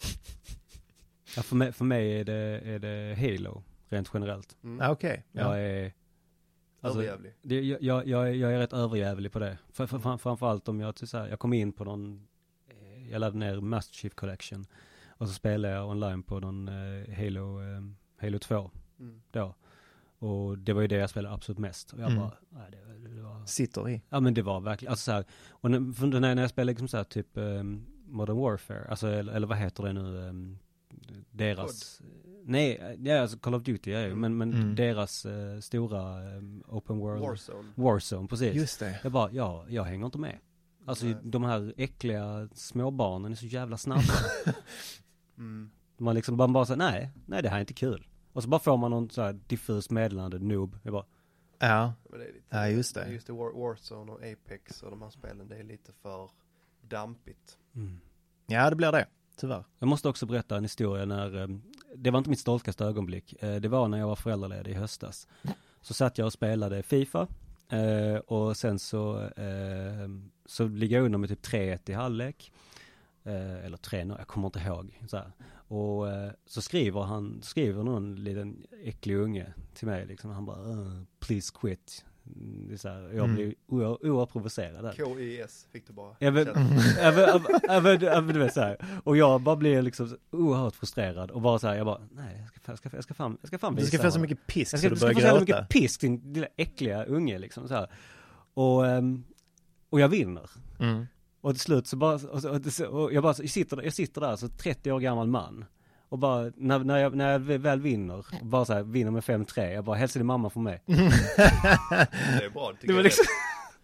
ja, för mig, för mig är det, är det Halo, rent generellt. Mm. Ah, Okej. Ja. Jag är, alltså, Överjävlig. det, jag, jag, jag, är- jag är rätt överjävlig på det. För, för, fram- framförallt om jag, till så här, jag kom in på någon, eh, jag laddade ner Master Chief Collection och så spelade jag online på någon eh, Halo, eh, Halo två Mm. då. Och det var ju det jag spelade absolut mest. Och jag Mm. bara, nej, det, det var, Sitter i. ja men det var verkligen, alltså så här, och när, för när, när jag spelade liksom så här, typ um, Modern Warfare, alltså eller, eller vad heter det nu, um, deras, nej, ja, alltså Call of Duty är ju, Mm. men, men Mm. deras uh, stora um, open world, Warzone. Warzone, precis. Just det. Jag bara, ja, jag hänger inte med. Alltså Nej. de här äckliga småbarnen är så jävla snabba. Mm. Man liksom bara, bara så nej, nej det här är inte kul. Och så bara får man någon så här diffus meddelande, noob. Jag bara, Ja. Men det är lite, Ja, just det. Just det, War, Warzone och Apex och de här spelen, det är lite för dampigt. mm. Ja, det blir det. Tyvärr. Jag måste också berätta en historia när, eh, det var inte mitt stoltaste ögonblick. Eh, det var när jag var föräldraledig i höstas. Så satt jag och spelade FIFA. Eh, och sen så, eh, så ligger jag under med typ tre ett i halvlek. Eh, eller tre noll, jag kommer inte ihåg. Så här. Och eh, så skriver han, skriver någon liten äcklig unge till mig liksom. Han bara, uh, please quit. Mm, det är så här, jag Mm. blir oerhört oerhört provocerad där. K I S fick du bara. Jag vet, känna. jag vet, jag vet, jag vet, du vet så här. Och jag bara blir liksom så oerhört frustrerad och bara så här, jag bara, nej, jag ska, jag ska, jag ska fan, jag ska fan Du ska visa få så honom. mycket pisk Jag så ska, du jag ska börjar få så jävla gråta. mycket pisk, din lilla äckliga unge liksom så här. Och, ehm, och jag vinner. Mm. Och till slut så bara, och, så- och, så- och jag bara jag sitter, där- jag sitter där, så trettio år gammal man. Och bara, när, när, jag, när jag väl vinner, bara så här, vinner med fem tre, jag bara, hälsa din mamma från mig. Det är bra, det tycker Det var jag. liksom,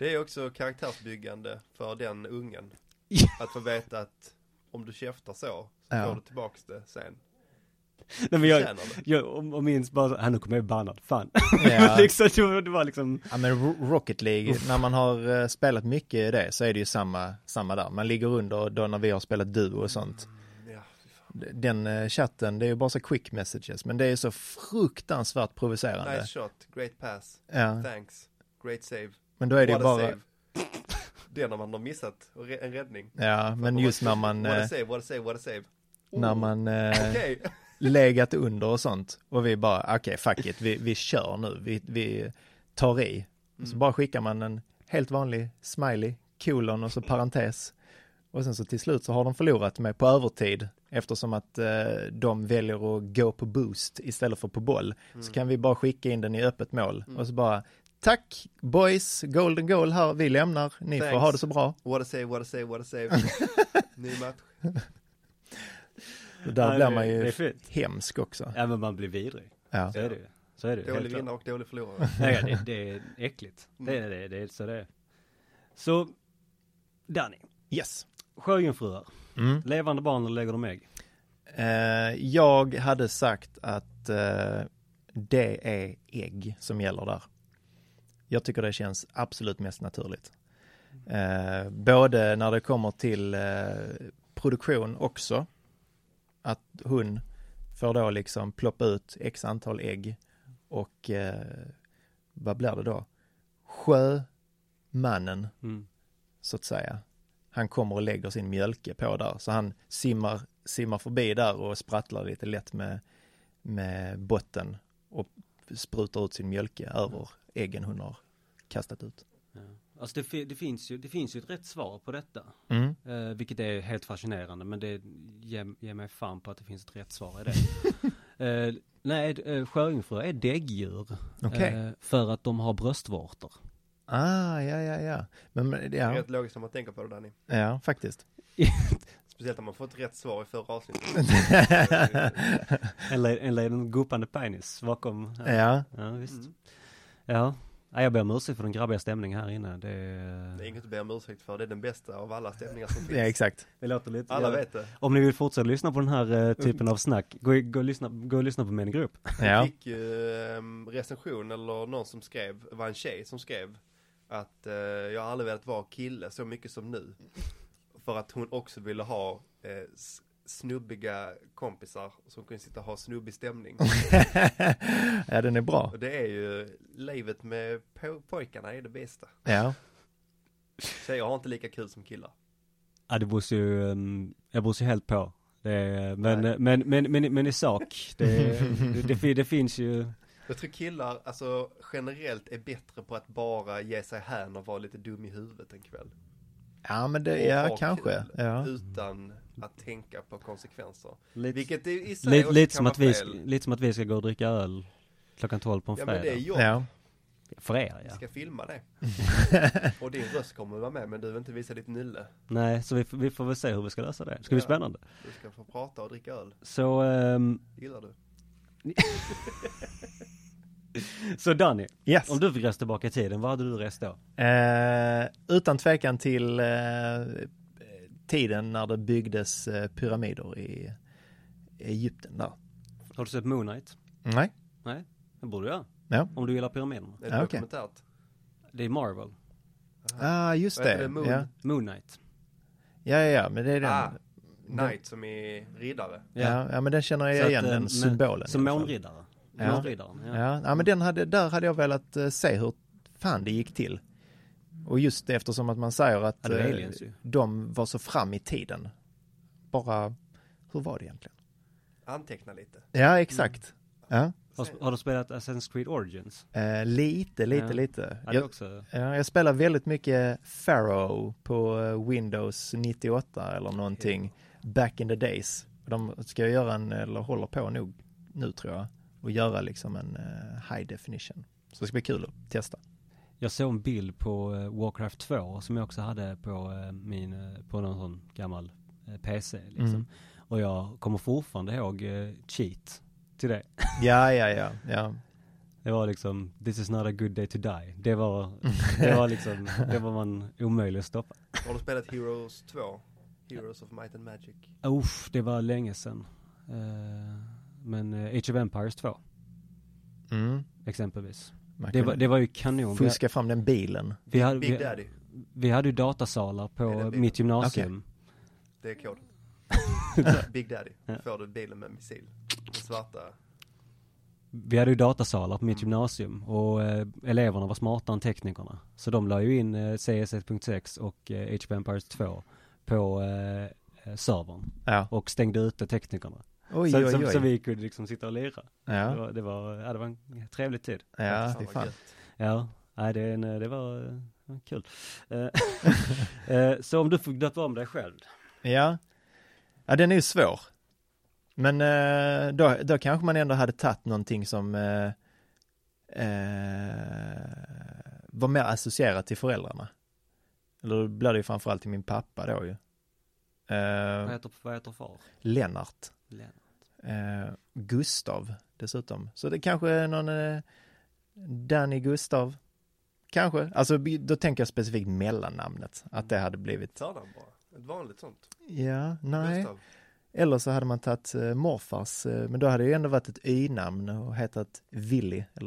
Det är också karaktärsbyggande för den ungen. Ja. Att få veta att om du käftar så, så Ja. får du tillbaks det sen. Nej, men jag, Tjänar det. jag och, och minns bara så, här, nu kommer jag bannad, fan. Ja. liksom, det, var, det var liksom, Ja, men Ro- Rocket League, när man har eh, spelat mycket i det så är det ju samma, samma där. Man ligger under då när vi har spelat duo och sånt. Ja, fy fan. Den eh, chatten, det är ju bara så quick messages, men det är så fruktansvärt provocerande. Nice shot, great pass, Ja, thanks, great save. men då är det ju What a bara... save. Det när man har missat och re- en räddning. Ja, men just när man, What a eh, save, what a save, what a save. när man eh, Okej. legat under och sånt. Och vi bara, okej, okay, fuck it, vi, vi kör nu, vi, vi tar i. Och så Mm. bara skickar man en helt vanlig smiley, kolon och så parentes. Och sen så till slut så har de förlorat mig på övertid eftersom att eh, de väljer att gå på boost istället för på boll. Mm. Så kan vi bara skicka in den i öppet mål Mm. och så bara, tack boys, golden goal här, vi lämnar, ni får Thanks. ha det så bra. What a save, what a save, what a save. Ny match. Och där ja, blir det, man det är ju fint. hemsk också. Ja, men man blir vidrig. Ja. Så är det ju. Så är det ju. helt Dålig klart. vinnare och dålig förlorare. Nej, det, det är äckligt. Det Mm. är det, det är så det är. Så, Danny, Yes. sjöjungfrur, Mm. levande barn eller lägger de ägg? Eh, jag hade sagt att eh, det är ägg som gäller där. Jag tycker det känns absolut mest naturligt. Eh, både när det kommer till eh, produktion också. Att hon får då liksom ploppa ut x antal ägg och eh, vad blir det då? Sjömannen Mm. så att säga. Han kommer och lägger sin mjölke på där. Så han simmar, simmar förbi där och sprattlar lite lätt med, med botten och sprutar ut sin mjölke över äggen hon har kastat ut. Ja. Alltså det, fi- det, finns ju, det finns ju ett rätt svar på detta. Mm. Eh, vilket är helt fascinerande. Men det ger, ger mig fan på att det finns ett rätt svar i det. eh, nej, eh, sjöjungfrur är däggdjur. Okej. Eh, för att de har bröstvårtor. Ah, ja, ja, ja. Men, men Det är ja, rätt logiskt när man tänker på det, Danny. ja, faktiskt. Speciellt när man fått rätt svar i förra avsnittet. en, le- en liten guppande penis bakom. Ja, Ja, visst. Mm. Ja. Ja, jag ber om ursäkt för den grabbiga stämningen här inne. Det, Det är inget att be om ursäkt för, det är den bästa av alla stämningar som finns. ja, exakt. det låter lite... Alla ja. vet det. Om ni vill fortsätta lyssna på den här eh, typen av snack, gå, gå, och lyssna, gå och lyssna på min grupp. Jag Ja, fick ju um, recension eller någon som skrev, det var en tjej som skrev att uh, jag har aldrig velat vara kille så mycket som nu. För att hon också ville ha uh, s- snubbiga kompisar som kunde sitta och ha snubbig stämning. ja, den är bra. Och det är ju, livet med po- pojkarna är det bästa. Ja, Tjejer har inte lika kul som killar. Ja, det beror ju, um, jag beror ju helt på. Det, är- men, Nej. men, men, men, men i sak, det, det, det, fin- det finns ju... Jag tror killar, alltså generellt är bättre på att bara ge sig hän och vara lite dum i huvudet en kväll. ja men det, Och ja, ha kanske. kul, Ja. Utan att tänka på konsekvenser. Lite, Vilket i i sig lite, också lite, kan som vara att vi, fel. sk- lite som att vi ska gå och dricka öl klockan tolv på en Ja fredag. men det är jobb. Ja. För er, Vi ja. ska filma det. Och din röst kommer att vara med, men du vill inte visa ditt nylle. Nej, så vi, får- vi får väl se hur vi ska lösa det. Det ska bli Ja. spännande. Du ska få prata och dricka öl. Så, ehm, Gillar du? så Danny, Yes. om du fick resa tillbaka i tiden, vad hade du rest då? Eh, utan tvekan till eh, tiden när det byggdes eh, pyramider i Egypten där. Har du sett Moon Knight? Nej. Nej, det borde du göra. Ja. Om du gillar pyramiderna. Är det Ja, okej. dokumentärt? Det är Marvel. Ah, just Vad heter det. det? Moon? Ja. Moon Knight. ja, ja, ja, men det är den. Ah, Knight som är riddare. Ja, ja, men den känner jag Så att, igen, eh, den men- symbolen. Som i alla fall. månriddare. Ja. Månriddaren, ja. Ja, ja, men den hade, där hade jag velat eh, se hur fan det gick till. Och just eftersom att man säger att Ja, det var eh, aliens ju. de var så fram i tiden. Bara, hur var det egentligen? Anteckna lite. Ja, exakt. Ja. Har, har du spelat Assassin's Creed Origins? Eh, lite, lite, Ja. lite. Ja, det är Jag, också... ja, jag spelar väldigt mycket Pharaoh på eh, Windows nittioåtta eller någonting. Back in the days. De ska göra en, eller håller på nog nu tror jag, och göra liksom en eh, high definition. Så det ska bli kul att testa. Jag såg en bild på eh, Warcraft två som jag också hade på eh, min, eh, på någon sån gammal eh, P C liksom. Mm. Och jag kommer fortfarande ihåg eh, cheat till det. Ja, ja, ja, ja. Det var liksom, this is not a good day to die. Det var, det var liksom, det var man omöjligt att stoppa. Har du spelat Heroes två? Heroes of Might and Magic? Uff, det var länge sedan. Uh, men uh, Age of Empires två, Mm. exempelvis. Man Det kan var, det var ju kanon. Vi, fuska fram den bilen. vi, hade, Big vi, Daddy, vi hade ju datasalar Är på det bilen? mitt gymnasium. det är koden. Big Daddy, Ja. får du bilen med missil. Den svarta. Vi hade ju datasalar på mitt Mm. gymnasium och eh, eleverna var smartare än teknikerna. Så de la ju in eh, C S ett punkt sex och eh, Age of Empires två på eh, eh, servern Ja. och stängde ute teknikerna. Oj, så, oj, så, oj. så vi kunde liksom sitta och lira. Det, Ja, var, det, var, ja, det var en trevlig tid. ja, Fan fy vad fan. gött. Ja, nej, det, är en, det var eh, kul. Eh, eh, så om du får döpa om dig själv. Ja. Ja, den är ju svår. Men eh, då, då kanske man ändå hade tagit någonting som eh, eh, var mer associerat till föräldrarna. Eller då blir det ju framförallt till min pappa då ju. Vad Eh, heter, vad heter far? Lennart. Lennart. Eh, Gustav dessutom. Så det kanske är någon eh, Danny Gustav. Kanske. Alltså då tänker jag specifikt mellannamnet. Att det hade blivit. Sådan bara. Ett vanligt sånt. Ja, nej. Gustav. Eller så hade man tagit eh, morfars. Eh, men då hade det ju ändå varit ett y-namn och hetat Willy. Eller.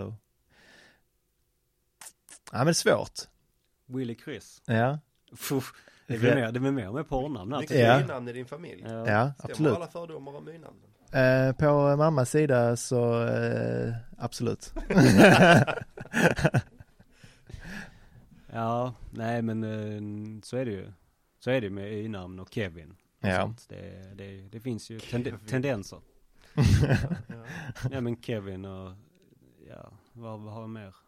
Ja, men det är svårt. Willy Chris. Ja, Puff, det blir mer, det blir mer med porrnamn här. Vilka Ja. är namn i din familj? Ja. ja Stämmer absolut. alla fördomar om mynamnen? Eh, på mammas sida så eh, absolut. Ja, nej men eh, så är det ju. Så är det med y-namn och Kevin. Och Ja. sånt. Det, det, det finns ju tende- Kevin. tendenser. Ja. Ja men Kevin och, ja, vad, vad har vi mer?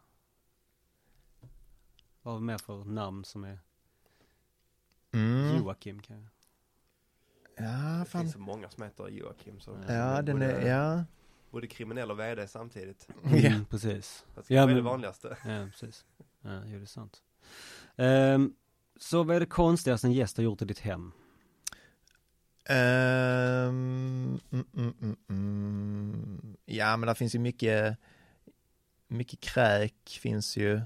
Vad har vi mer för namn som är Mm. Joakim kanske? Ja, Det fan. finns så många som heter Joakim. Så Ja, den både, är, ja. både kriminell och vd samtidigt. Mm, precis. Det Ja, är det men- vanligaste. Ja, precis. Ja, jo, det är sant. Ehm, så vad är det konstigaste en gäst har gjort i ditt hem? Ehm, mm, mm, mm, mm. Ja, men det finns ju mycket mycket kräk finns ju.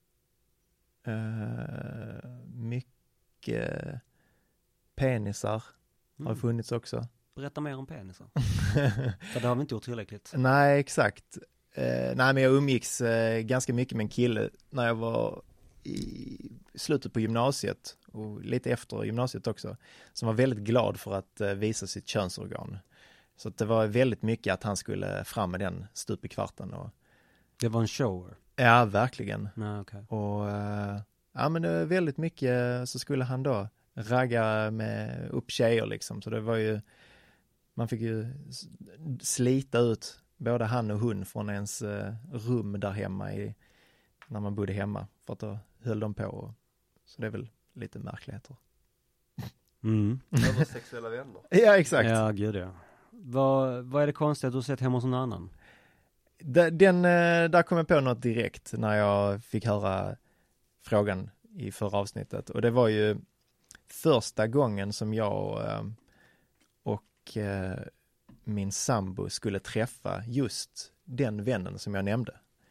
Uh, mycket penisar har Mm. funnits också. Berätta mer om penisar. För det har vi inte gjort tillräckligt. Nej, exakt. Eh, nej, men jag umgicks eh, ganska mycket med en kille när jag var i slutet på gymnasiet och lite efter gymnasiet också, som var väldigt glad för att eh, visa sitt könsorgan. Så att det var väldigt mycket att han skulle fram med den stup i kvarten. Och, Det var en shower. ja, verkligen. Nej, okej. Och eh, ja, men det var väldigt mycket, så skulle han då ragga med upp tjejer liksom. Så det var ju, man fick ju s- slita ut både han och hon från ens eh, rum där hemma i, när man bodde hemma. För att då höll de på. Och, så det är väl lite märkligheter. Mm. Över sexuella vänner. Ja, exakt. Ja, gud ja. Vad, vad är det konstiga du har sett hemma hos någon annan? Den, den, eh, där kom jag på något direkt när jag fick höra frågan i förra avsnittet. Och det var ju första gången som jag eh, och eh, min sambo skulle träffa just den vännen som jag nämnde.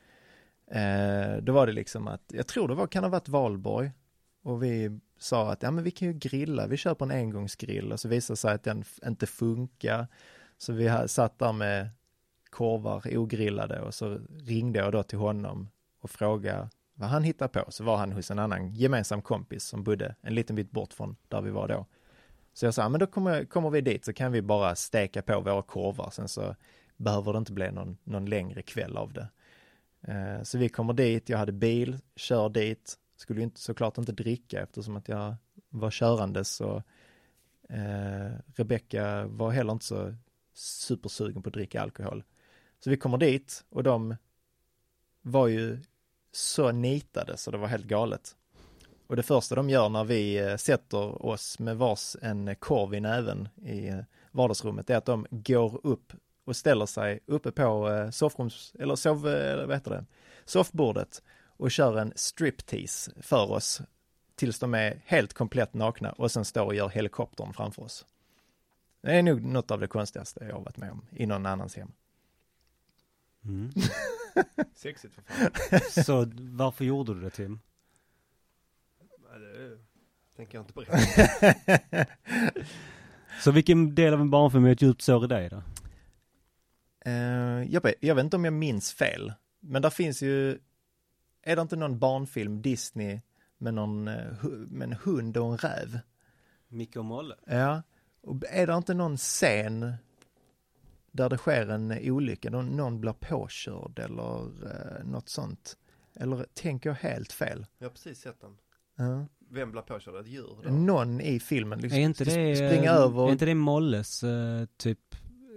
Eh, då var det liksom att, jag tror det var, kan ha varit Valborg. Och vi sa att ja, men vi kan ju grilla, vi köper en engångsgrill. Och så visade det sig att den f- inte funkar. Så vi ha, satt där med korvar ogrillade och så ringde jag då till honom och frågade vad han hittade på. Så var han hos en annan gemensam kompis som bodde en liten bit bort från där vi var då. Så jag sa, men då kommer, kommer vi dit så kan vi bara steka på våra korvar. Sen så behöver det inte bli någon, någon längre kväll av det. Eh, så vi kommer dit, jag hade bil, kör dit. Skulle ju inte, såklart inte dricka eftersom att jag var körandes. Så eh, Rebecca var heller inte så supersugen på att dricka alkohol. Så vi kommer dit och de var ju så nitade så det var helt galet. Och det första de gör när vi eh, sätter oss med vars en korv i näven i eh, vardagsrummet är att de går upp och ställer sig uppe på eh, sofrums, eller sov, eller vad heter det, soffbordet och kör en striptease för oss tills de är helt komplett nakna och sen står och gör helikoptern framför oss. Det är nog något av det konstigaste jag har varit med om i någon annans hem. Mm. Sexigt för fan. Så varför gjorde du det, Tim? Nej, det tänker jag inte berätta. Så vilken del av en barnfilm är ett djupt sår i dig då? Uh, jag, vet, jag vet inte om jag minns fel. Men där finns ju, är det inte någon barnfilm, Disney, med, någon, uh, med en hund och en räv? Micke och Molle? Ja, och är det inte någon scen där det sker en olycka, någon, någon blir påkörd eller uh, något sånt? Eller tänker jag helt fel? Jag har precis sett den. Uh. Vem blir påkörd? Ett djur då? Någon i filmen liksom Är inte det, springa över. Är inte det Molles uh, typ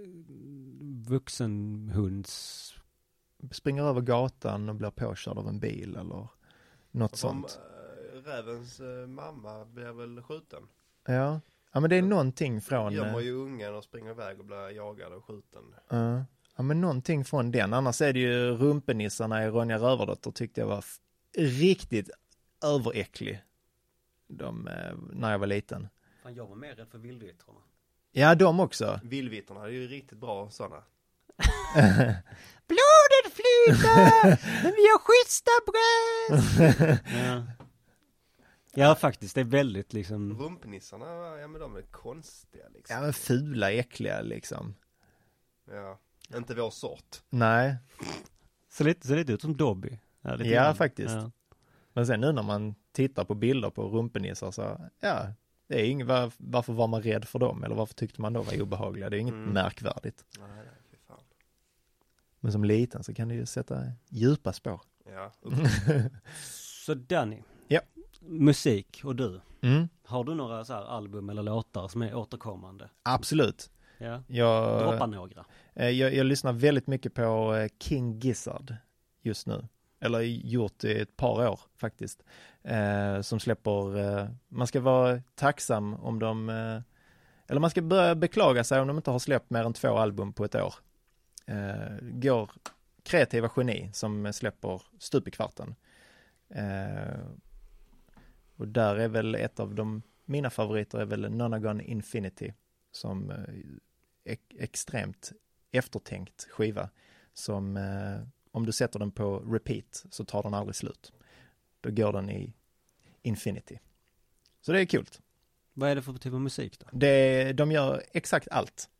vuxenhunds... Springer över gatan och blir påkörd av en bil eller något Om, sånt. äh, rävens äh, mamma blir väl skjuten? Ja. Ja, men det är någonting från... Gömmer ju ungen och springer iväg och blir jagad och skjuten. Uh, ja, men någonting från den. Annars är det ju rumpenissarna i Ronja Rövardotter tyckte jag var f- riktigt överäcklig. De, eh, när jag var liten. Fan, jag var mer rädd för vildvittrarna. Ja, de också. Vildvittrarna är ju riktigt bra sådana. Blodet flyter! Men vi har schyssta bröst! Ja. Ja, faktiskt. Det är väldigt liksom... Rumpnissarna, ja men de är konstiga liksom. Ja, men fula, äckliga liksom. Ja, inte vår sort. Nej. Så lite, så lite ut som Dobby. Ja, lite Ja, grann. faktiskt. Ja. Men sen nu när man tittar på bilder på rumpenissar så, ja, det är inget, var, varför var man rädd för dem? Eller varför tyckte man då var obehagliga? Det är inget Mm. märkvärdigt. Nej, nej, fy fan. Men som liten så kan det ju sätta djupa spår. Ja, Så Danny. Ja. Musik och du. Mm, Har du några så här album eller låtar som är återkommande? absolut. Ja. Jag, Droppa några. eh, jag, jag lyssnar väldigt mycket på eh, King Gizzard just nu. Eller gjort i ett par år faktiskt. Eh, som släpper, eh, man ska vara tacksam om de, eh, eller man ska börja beklaga sig om de inte har släppt mer än två album på ett år. Eh, går kreativa geni som släpper stup i kvarten. Eh, och där är väl ett av de, mina favoriter är väl Nonagon Infinity som eh, är extremt eftertänkt skiva som eh, om du sätter den på repeat så tar den aldrig slut. Då går den i infinity. Så det är kul. Vad är det för typ av musik då? Det, de gör exakt allt.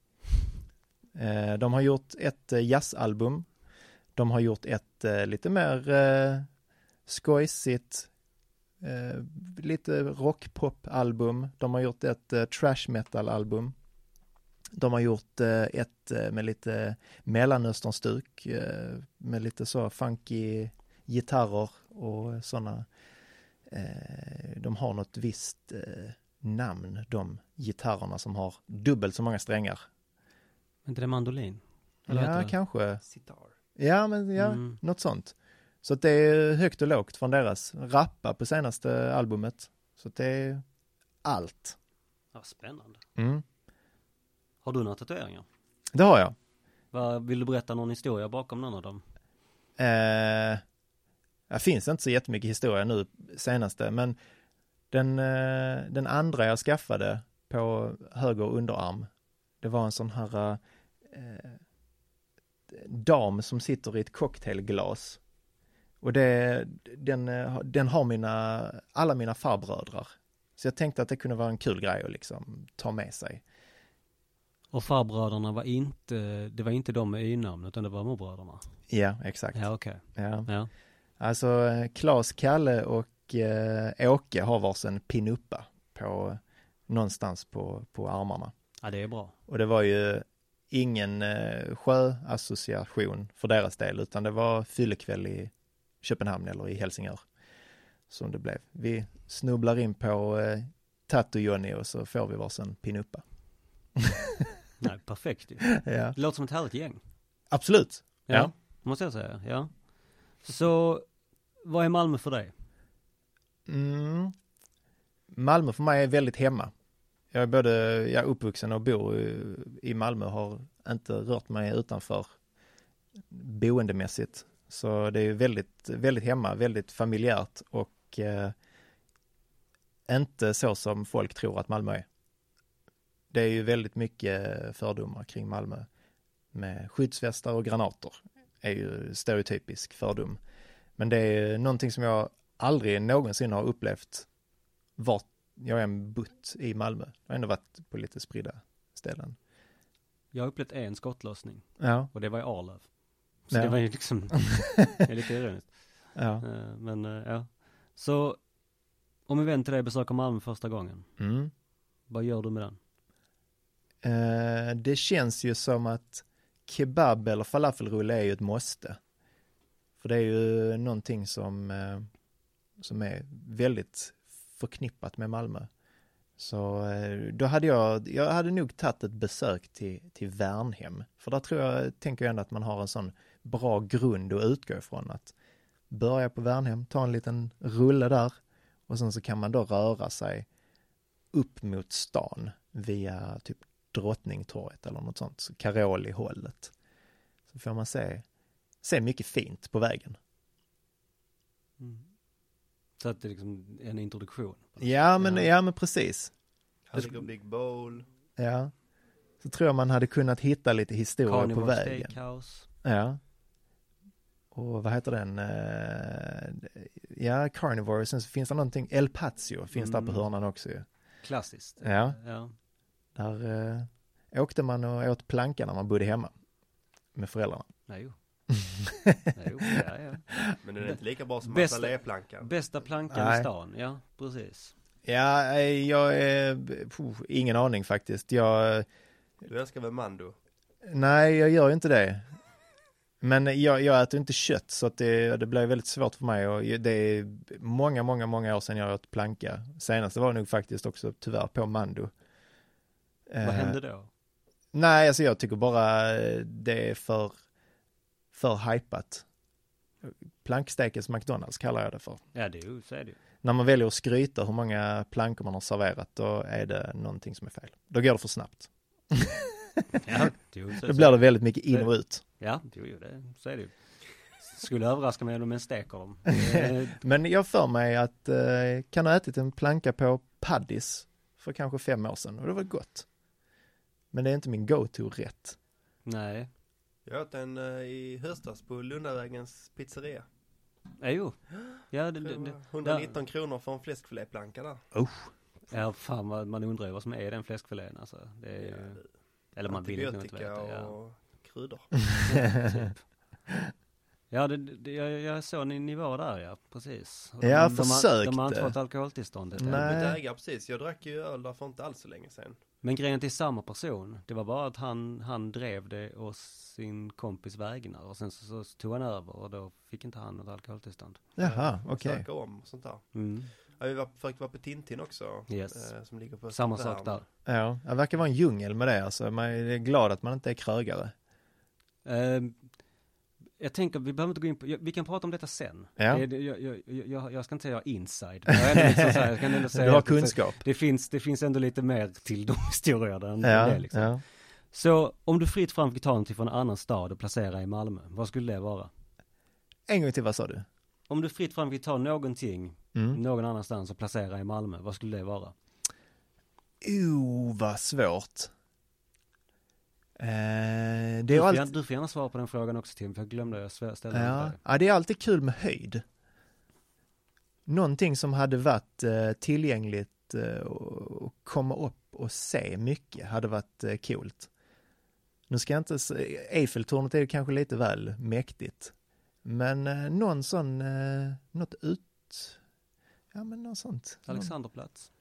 Eh, de har gjort ett eh, jazzalbum. De har gjort ett eh, lite mer eh, skojsigt, eh, lite rockpop-album. De har gjort ett eh, trash metal-album. De har gjort eh, ett eh, med lite mellanösternstuk, eh, med lite så funky gitarrer och sådana. Eh, de har något visst eh, namn, de gitarrerna som har dubbelt så många strängar. Är inte det mandolin? Eller Ja, heter det? kanske. sitar. Ja, men ja, Mm. något sånt. Så att det är högt och lågt från deras rappa på senaste albumet. Så att det är allt. Ja, spännande. Mm. Har du några tatueringar? Det har jag. Vad, vill du berätta någon historia bakom någon av dem? Eh, det finns inte så jättemycket historia nu senaste, men den, eh, den andra jag skaffade på höger underarm, det var en sån här eh, dam som sitter i ett cocktailglas. Och det, den, den har mina, alla mina farbrödrar. Så jag tänkte att det kunde vara en kul grej att liksom ta med sig. Och farbröderna var inte, det var inte de med y-namn utan det var morbröderna. Ja, exakt. Ja, okej. Ja. Ja. Alltså Claes, Kalle och eh, Åke har varsin pinuppa på någonstans på, på armarna. Ja, det är bra. Och det var ju ingen eh, sjöassociation för deras del, utan det var fyllekväll i Köpenhamn eller i Helsingör som det blev. Vi snubblar in på eh, Tattoo Johnny och så får vi varsin pinuppa. Nej, perfekt ju. Ja. Det låter som ett härligt gäng. Absolut. Ja, Ja. måste jag säga. Ja. Så, vad är Malmö för dig? Mm. Malmö för mig är väldigt hemma. Jag är både jag är uppvuxen och bor i, i Malmö, har inte rört mig utanför boendemässigt. Så det är väldigt, väldigt hemma, väldigt familjärt och eh, inte så som folk tror att Malmö är. Det är ju väldigt mycket fördomar kring Malmö med skyddsvästar och granater. är ju stereotypisk fördom. Men det är någonting som jag aldrig någonsin har upplevt vart jag än bott i Malmö. Jag har ändå varit på lite spridda ställen. Jag har upplevt en skottlossning. Ja. Och det var i Arlöv. Så Ja. det var ju liksom det är lite ironiskt. Ja. Eh, Men eh, ja. Så om vi vänder till dig besöker Malmö första gången. Mm. Vad gör du med den? Eh, det känns ju som att kebab eller falafelrulle är ju ett måste. För det är ju någonting som, eh, som är väldigt förknippat med Malmö. Så eh, då hade jag, jag hade nog tagit ett besök till, till Värnhem. För där tror jag, tänker jag ändå att man har en sån bra grund att utgå ifrån. Att börja på Värnhem, ta en liten rulle där och sen så kan man då röra sig upp mot stan via typ Drottningtorget eller något sånt, så Karoli-hållet. Så får man se, se mycket fint på vägen. Mm. Så att det är liksom en introduktion. Ja, men, Ja. ja, men precis. Här ligger Big Bowl. Ja. Så tror jag man hade kunnat hitta lite historia på Carnival vägen. Steakhouse. Ja. Och vad heter den? Eh, Ja, Carnivore. Sen så finns det någonting, El Patio finns Mm. där på hörnan också ju. Klassiskt. Ja. Ja. Där eh, åkte man och åt planka när man bodde hemma med föräldrarna. Nej, jo. Nej, jo. Ja, ja. Men den är inte lika bra som Bästa- massa leplankan. Bästa plankan Nej. i stan. Ja, precis. Ja, eh, jag är, puh, ingen aning faktiskt. Jag, Du älskar väl Mando? nej, jag gör ju inte det. Men jag, jag äter inte kött så att det, det blir väldigt svårt för mig. Och det är många, många, många år sedan jag åt planka. Senast var nog faktiskt också tyvärr på Mando. Vad hände då? Nej, alltså jag tycker bara det är för, för hypat. Plankstekes McDonalds kallar jag det för. Ja, det är ju, så är det ju. När man väljer att skryta hur många plankor man har serverat, då är det någonting som är fel. Då går det för snabbt. Ja, jo, så, Då blir det väldigt mycket in och ut. Ja, jo, jo, det, så är det ju. Skulle överraska mig om en steker dem. Eh, Men jag för mig att eh, kan ha ätit en planka på Paddis för kanske fem år sedan och det var gott. Men det är inte min go-to-rätt. Nej. Jag åt en uh, i höstas på Lundavägens pizzeria. Ja, jo. Ja, det, det, det, etthundranitton kronor för en fläskfiléplanka där. ja, fan vad man undrar ju vad som är den fläskfilén alltså. Det är ju, eller man vill ju nog inte Antibiotika veta. Ja. och kryddor. Typ. Ja, det, det, jag, jag såg ni nivå där, ja, precis. Och Ja, de, jag de, har- försökte. De har inte fått alkoholtillståndet. än. Nej. Mitt ägare, precis. Jag drack ju öl där för inte alls så länge sedan. Men grejen till samma person, det var bara att han, han drev det och sin kompis vägnar och sen så, så tog han över och då fick inte han något alkoholtillstånd. Jaha, Och okej. Söka om och sånt där. Mm. Ja, vi var, försökte vara på Tintin också. Yes. Eh, som ligger på Samma Östervärn. sak där. Ja, det verkar vara en djungel med det alltså. Man är glad att man inte är krögare. Eh, jag tänker, vi behöver inte gå in på, jag, vi kan prata om detta sen. Ja. Det, det, jag, jag, jag, jag ska inte säga jag har inside. Men jag, är ändå liksom så här, jag kan ändå säga Du har att det- kunskap. Det finns, det finns ändå lite mer till de historierna än Ja, det liksom. ja. Så om du fritt fram fick ta någonting från en annan stad och placera i Malmö, vad skulle det vara? En gång till, vad sa du? Om du fritt fram fick ta någonting Mm. någon annanstans och placera i Malmö, vad skulle det vara? Oh, vad svårt. Eh, det är Du ju får, alltid... gärna, du får gärna svara på den frågan också, Tim, för jag glömde jag svä- ställa den Ja. till dig. ja, det är alltid kul med höjd. Någonting som hade varit eh, tillgängligt eh, och och komma upp och se mycket hade varit eh, coolt. Nu ska jag inte se, Eiffeltornet är ju kanske lite väl mäktigt. Men eh, någon sån, eh, något ut, ja men något sånt. Någon, Alexanderplats.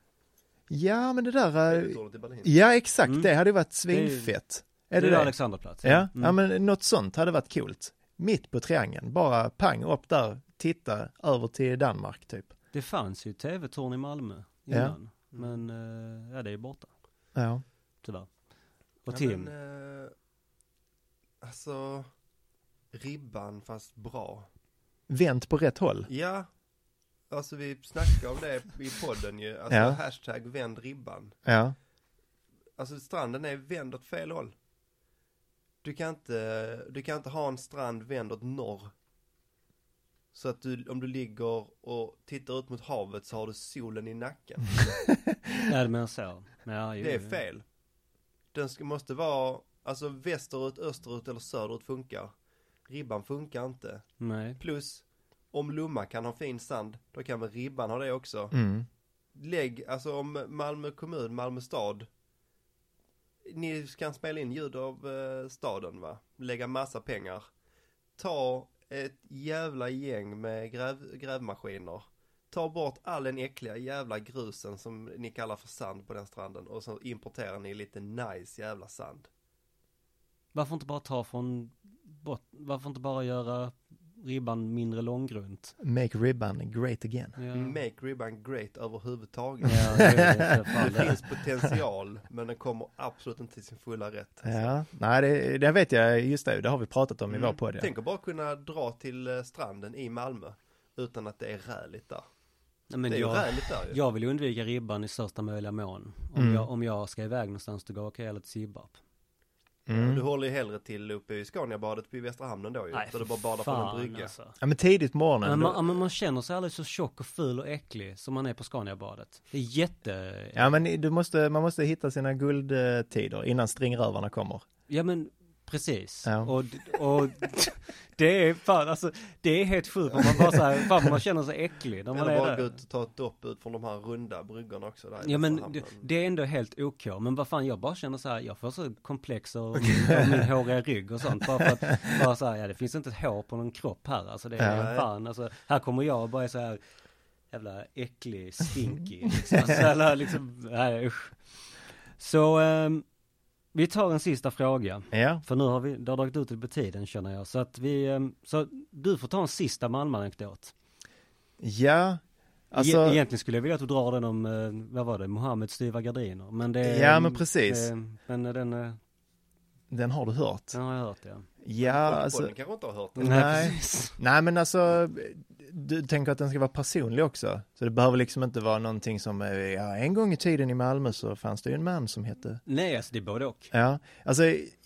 ja men det där, eh, Eiffeltornet i Berlin. ja exakt, Mm. det hade varit Det är ju- svinfett. Det Är det är det? Alexanderplats. Ja, Mm. ja men något sånt hade varit coolt. Mitt på triangeln, bara pang upp där, titta över till Danmark typ. Det fanns ju tv-torn i Malmö Ja. innan. Men eh, ja, det är ju borta, Ja. tyvärr. Och Ja, Tim, men, eh, alltså, ribban fast bra. Vänt på rätt håll. Ja, alltså vi snackade om det i podden ju. Alltså Ja. hashtag vänd ribban. Ja. Alltså stranden är vänd åt fel håll. Du kan inte, du kan inte ha en strand vänd åt norr. Så att du, om du ligger och tittar ut mot havet så har du solen i nacken. ja det menar så. Men, ja, jo, Det är jo. fel. Den ska, måste vara, alltså västerut, österut eller söderut funkar. Ribban funkar inte. Nej. Plus, om Lomma kan ha fin sand, då kan väl Ribban ha det också. Mm. Lägg, alltså om Malmö kommun, Malmö stad, ni kan spela in ljud av eh, staden, va? Lägga massa pengar. Ta ett jävla gäng med gräv, grävmaskiner. Ta bort all den äckliga jävla grusen som ni kallar för sand på den stranden. Och så importerar ni lite nice jävla sand. Varför inte bara ta från bort, varför inte bara göra ribban mindre långgrunt? Make ribban great again. Ja. Make ribban great överhuvudtaget. Ja, det, är det, för fan Det det. finns potential, men den kommer absolut inte till sin fulla rätt. Ja, nej det, det vet jag, just det, det har vi pratat om i Mm. vår podd. Ja. Tänk att bara kunna dra till eh, stranden i Malmö utan att det är räligt där. Nej, men det är jag, ju räligt där ju. jag vill undvika ribban i största möjliga mån. Om, Mm. jag, om jag ska iväg någonstans, då går jag till Sibbarp. Mm. Du håller ju hellre till uppe i Scaniabadet på Västra hamnen då ju. Nej, så det bara badar från en brygga. alltså. Ja, men tidigt på morgonen. Men då- man, ja, men man känner sig aldrig så tjock och ful och äcklig som man är på Scaniabadet. Det är jätte... Ja, men du måste, man måste hitta sina guldtider innan stringrövarna kommer. Ja, men precis. Ja. Och, och det är fan, alltså, det är helt sjukt om man bara så här, fan man känner sig äcklig när man Eller är bara där. gå ut och ta ett dopp ut från de här runda bryggorna också där i Ja, men Västra det, hamnen. det är ändå helt OK. Men vad fan, jag bara känner så här, jag får så komplex av av min håriga rygg och sånt. Bara för att, bara så här, ja det finns inte ett hår på någon kropp här. Alltså det är Ja. fan, alltså här kommer jag och bara är så här jävla äcklig, stinky. Liksom. Alltså, eller liksom, nej usch. Så, ehm, vi tar en sista fråga. Ja, För nu har vi, det har dragit ut på tiden känner jag. Så att vi, ehm, så du får ta en sista Malmö-anekdot. ja, alltså, E- Egentligen skulle jag vilja att du drar den om, eh, vad var det, Mohammeds styva gardiner. Men det, Ja, men precis. eh, men den, eh, den har du hört. den har jag hört, ja. Ja, alltså, Folkpodden kanske inte har hört det. Nej, Nej. precis. nej men alltså, du tänker att den ska vara personlig också. Så det behöver liksom inte vara någonting som, eh, ja, en gång i tiden i Malmö så fanns det ju en man som hette. Nej, alltså det är både och. Ja, alltså,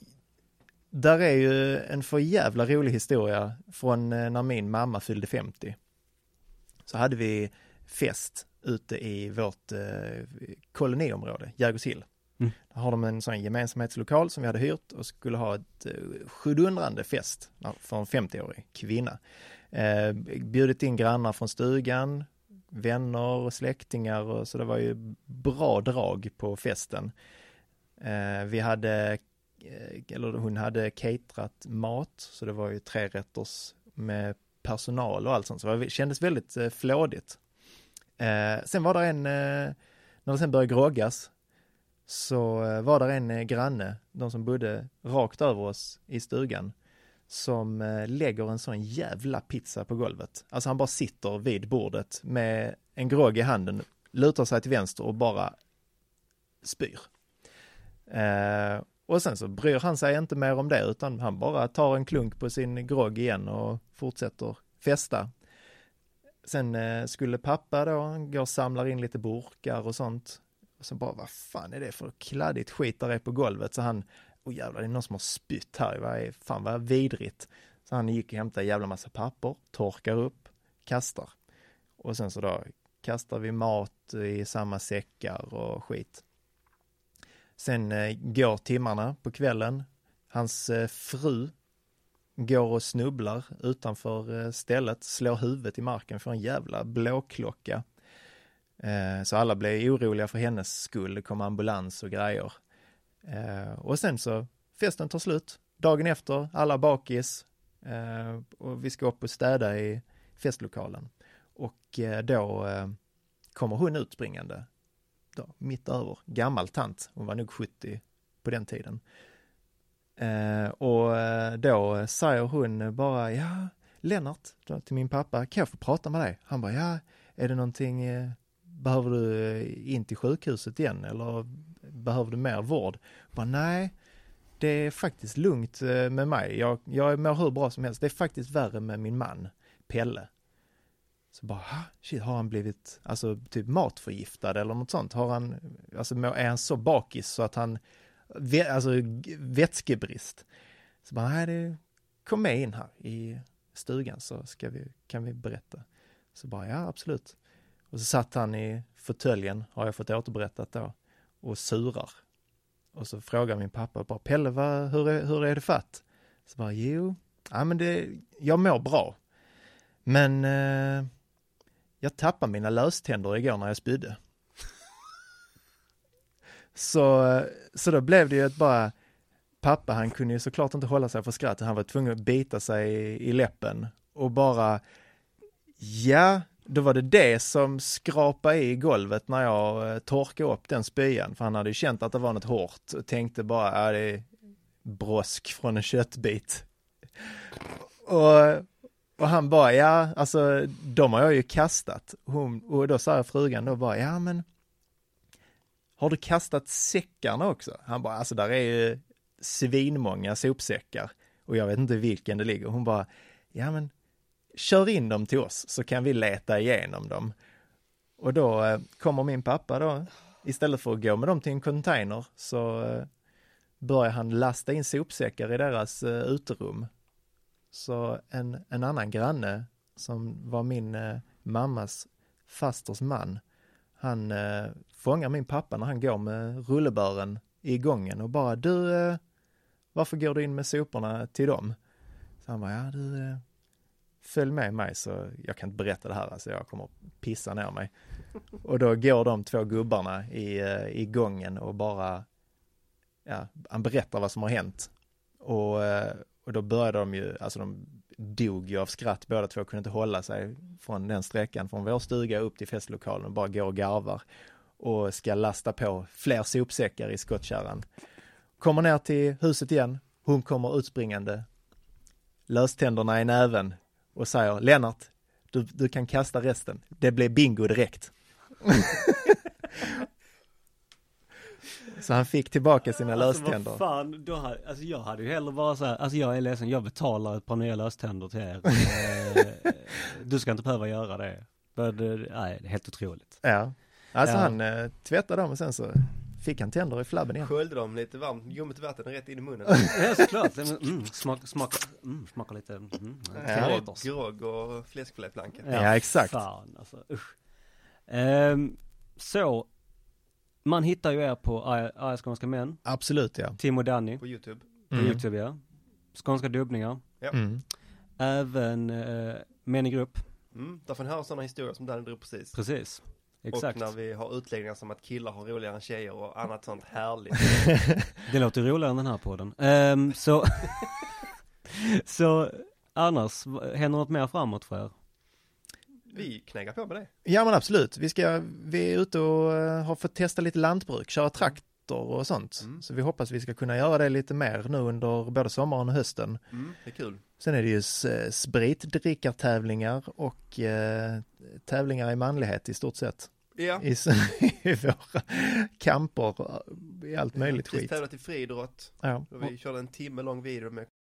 där är ju en för jävla rolig historia från eh, när min mamma fyllde femtio. Så hade vi fest ute i vårt eh, koloniområde, Jägershill. Mm. Där har de en sån gemensamhetslokal som vi hade hyrt och skulle ha ett eh, sjudundrande fest för en femtioårig kvinna. Eh, bjudit in grannar från stugan, vänner och släktingar, och så det var ju bra drag på festen. Eh, vi hade, eh, eller hon hade caterat mat, så det var ju tre rätters med personal och allt sånt, så det kändes väldigt eh, flådigt. Eh, sen var det en, eh, när det sen började groggas, så eh, var det en eh, granne, de som bodde rakt över oss i stugan, som eh, lägger en sån jävla pizza på golvet. Alltså han bara sitter vid bordet med en grogg i handen, lutar sig till vänster och bara spyr. Eh, och sen så bryr han sig inte mer om det, utan han bara tar en klunk på sin grogg igen och fortsätter festa. Sen eh, skulle pappa då gå och samlar in lite burkar och sånt. Och så bara, vad fan är det för kladdigt skit där är på golvet? Så han, åh jävlar, det är någon som har spytt här. Vad är, fan vad vidrigt. Så han gick och hämtade en jävla massa papper, torkar upp, kastar. Och sen så då kastar vi mat i samma säckar och skit. Sen eh, går timmarna på kvällen. Hans eh, fru går och snubblar utanför eh, stället, slår huvudet i marken för en jävla blåklocka. Eh, så alla blev oroliga för hennes skull. Det kom ambulans och grejer. Eh, och sen så, festen tar slut. Dagen efter, alla bakis. Eh, och vi ska upp och städa i festlokalen. Och eh, då eh, kommer hon utspringande. Då, mitt över. Gammal tant. Hon var nog sjuttio på den tiden. Eh, och eh, då säger hon bara, ja, Lennart, då, till min pappa, kan jag få prata med dig? Han bara, ja, är det någonting, eh, behöver du eh, in till sjukhuset igen eller behöver du mer vård? Jag bara, nej, det är faktiskt lugnt eh, med mig. Jag, jag mår hur bra som helst. Det är faktiskt värre med min man, Pelle. Så bara, shit, har han blivit alltså typ matförgiftad eller något sånt? Har han, alltså är han så bakis så att han, alltså vätskebrist? Så bara, nej, det, kom med in här i stugan så ska vi, kan vi berätta. Så bara, ja, absolut. Och så satt han i fåtöljen, har jag fått återberättat då, och surar. Och så frågar min pappa bara, Pelle, vad, hur, är, hur är det fatt? Så bara, jo, ja men det, jag mår bra. Men eh, jag tappade mina löständer igår när jag spydde. så, så då blev det ju ett bara, pappa han kunde ju såklart inte hålla sig för skratt. Han var tvungen att bita sig i, i läppen och bara, ja, då var det det som skrapade i golvet när jag eh, torkade upp den spyan. För han hade ju känt att det var något hårt och tänkte bara, ja det är brosk från en köttbit. Och, och han bara, ja, alltså de har jag ju kastat. Hon, och då sa frugan då bara, ja men har du kastat säckarna också? Han bara, alltså där är ju svinmånga sopsäckar och jag vet inte vilken det ligger. Hon bara, ja men kör in dem till oss så kan vi leta igenom dem. Och då eh, kommer min pappa då, istället för att gå med dem till en container så eh, börjar han lasta in sopsäckar i deras eh, uterum. Så en, en annan granne som var min eh, mammas fasters man, han eh, fångar min pappa när han går med rullebören i gången och bara, du, eh, varför går du in med soporna till dem? Så han bara, ja du, eh, följ med mig så jag kan inte berätta det här, alltså jag kommer pissa ner mig. Och då går de två gubbarna i, eh, i gången och bara, ja, han berättar vad som har hänt. Och, eh, och då började de ju, alltså de dog ju av skratt, båda två kunde inte hålla sig från den sträckan från vår stuga upp till festlokalen och bara går och garvar och ska lasta på fler sopsäckar i skottkärran. Kommer ner till huset igen, hon kommer utspringande, löständerna i näven och säger, Lennart, du, du kan kasta resten, det blir bingo direkt. Så han fick tillbaka sina alltså, löständer. Vad fan, då hade, alltså jag hade ju hellre bara så här, alltså jag är ledsen, jag betalar ett par nya löständer till er. eh, du ska inte behöva göra det. För det, nej, det är helt otroligt. Ja, alltså Ja. han eh, tvättade dem och sen så fick han tänder i flabben igen. Sköljde dem lite varmt, ljummet vatten rätt in i munnen. Ja, såklart. Mm, smak, smak, mm, smakar lite, mm, Ja. Grogg, grogg och fläskfiléplanka. Ja, exakt. Fan, alltså, usch. Ehm, så, man hittar ju er på Arga Skånska Män, Absolut, ja. Tim och Danny, På YouTube. på Mm. YouTube, ja. Skånska dubbningar. Ja. Mm. Även eh, Män i grupp. Mm, där får ni höra sådana historier som Danny drog precis. Precis. Exakt. Och när vi har utläggningar som att killar har roligare än tjejer och annat sånt härligt. Det låter roligare än den här podden. Ehm, så, så annars, v- händer något mer framåt för er? Vi knäggar på med det. Ja men absolut, vi, ska, vi är ute och uh, har fått testa lite lantbruk, köra traktor och sånt. Mm. Så vi hoppas vi ska kunna göra det lite mer nu under både sommaren och hösten. Mm, det är kul. Sen är det ju s- spritdrickartävlingar och uh, tävlingar i manlighet i stort sett. Ja. I, s- i våra kamper, i allt möjligt Precis skit. tävlat i friidrott. Ja. Och vi körde en timme lång video med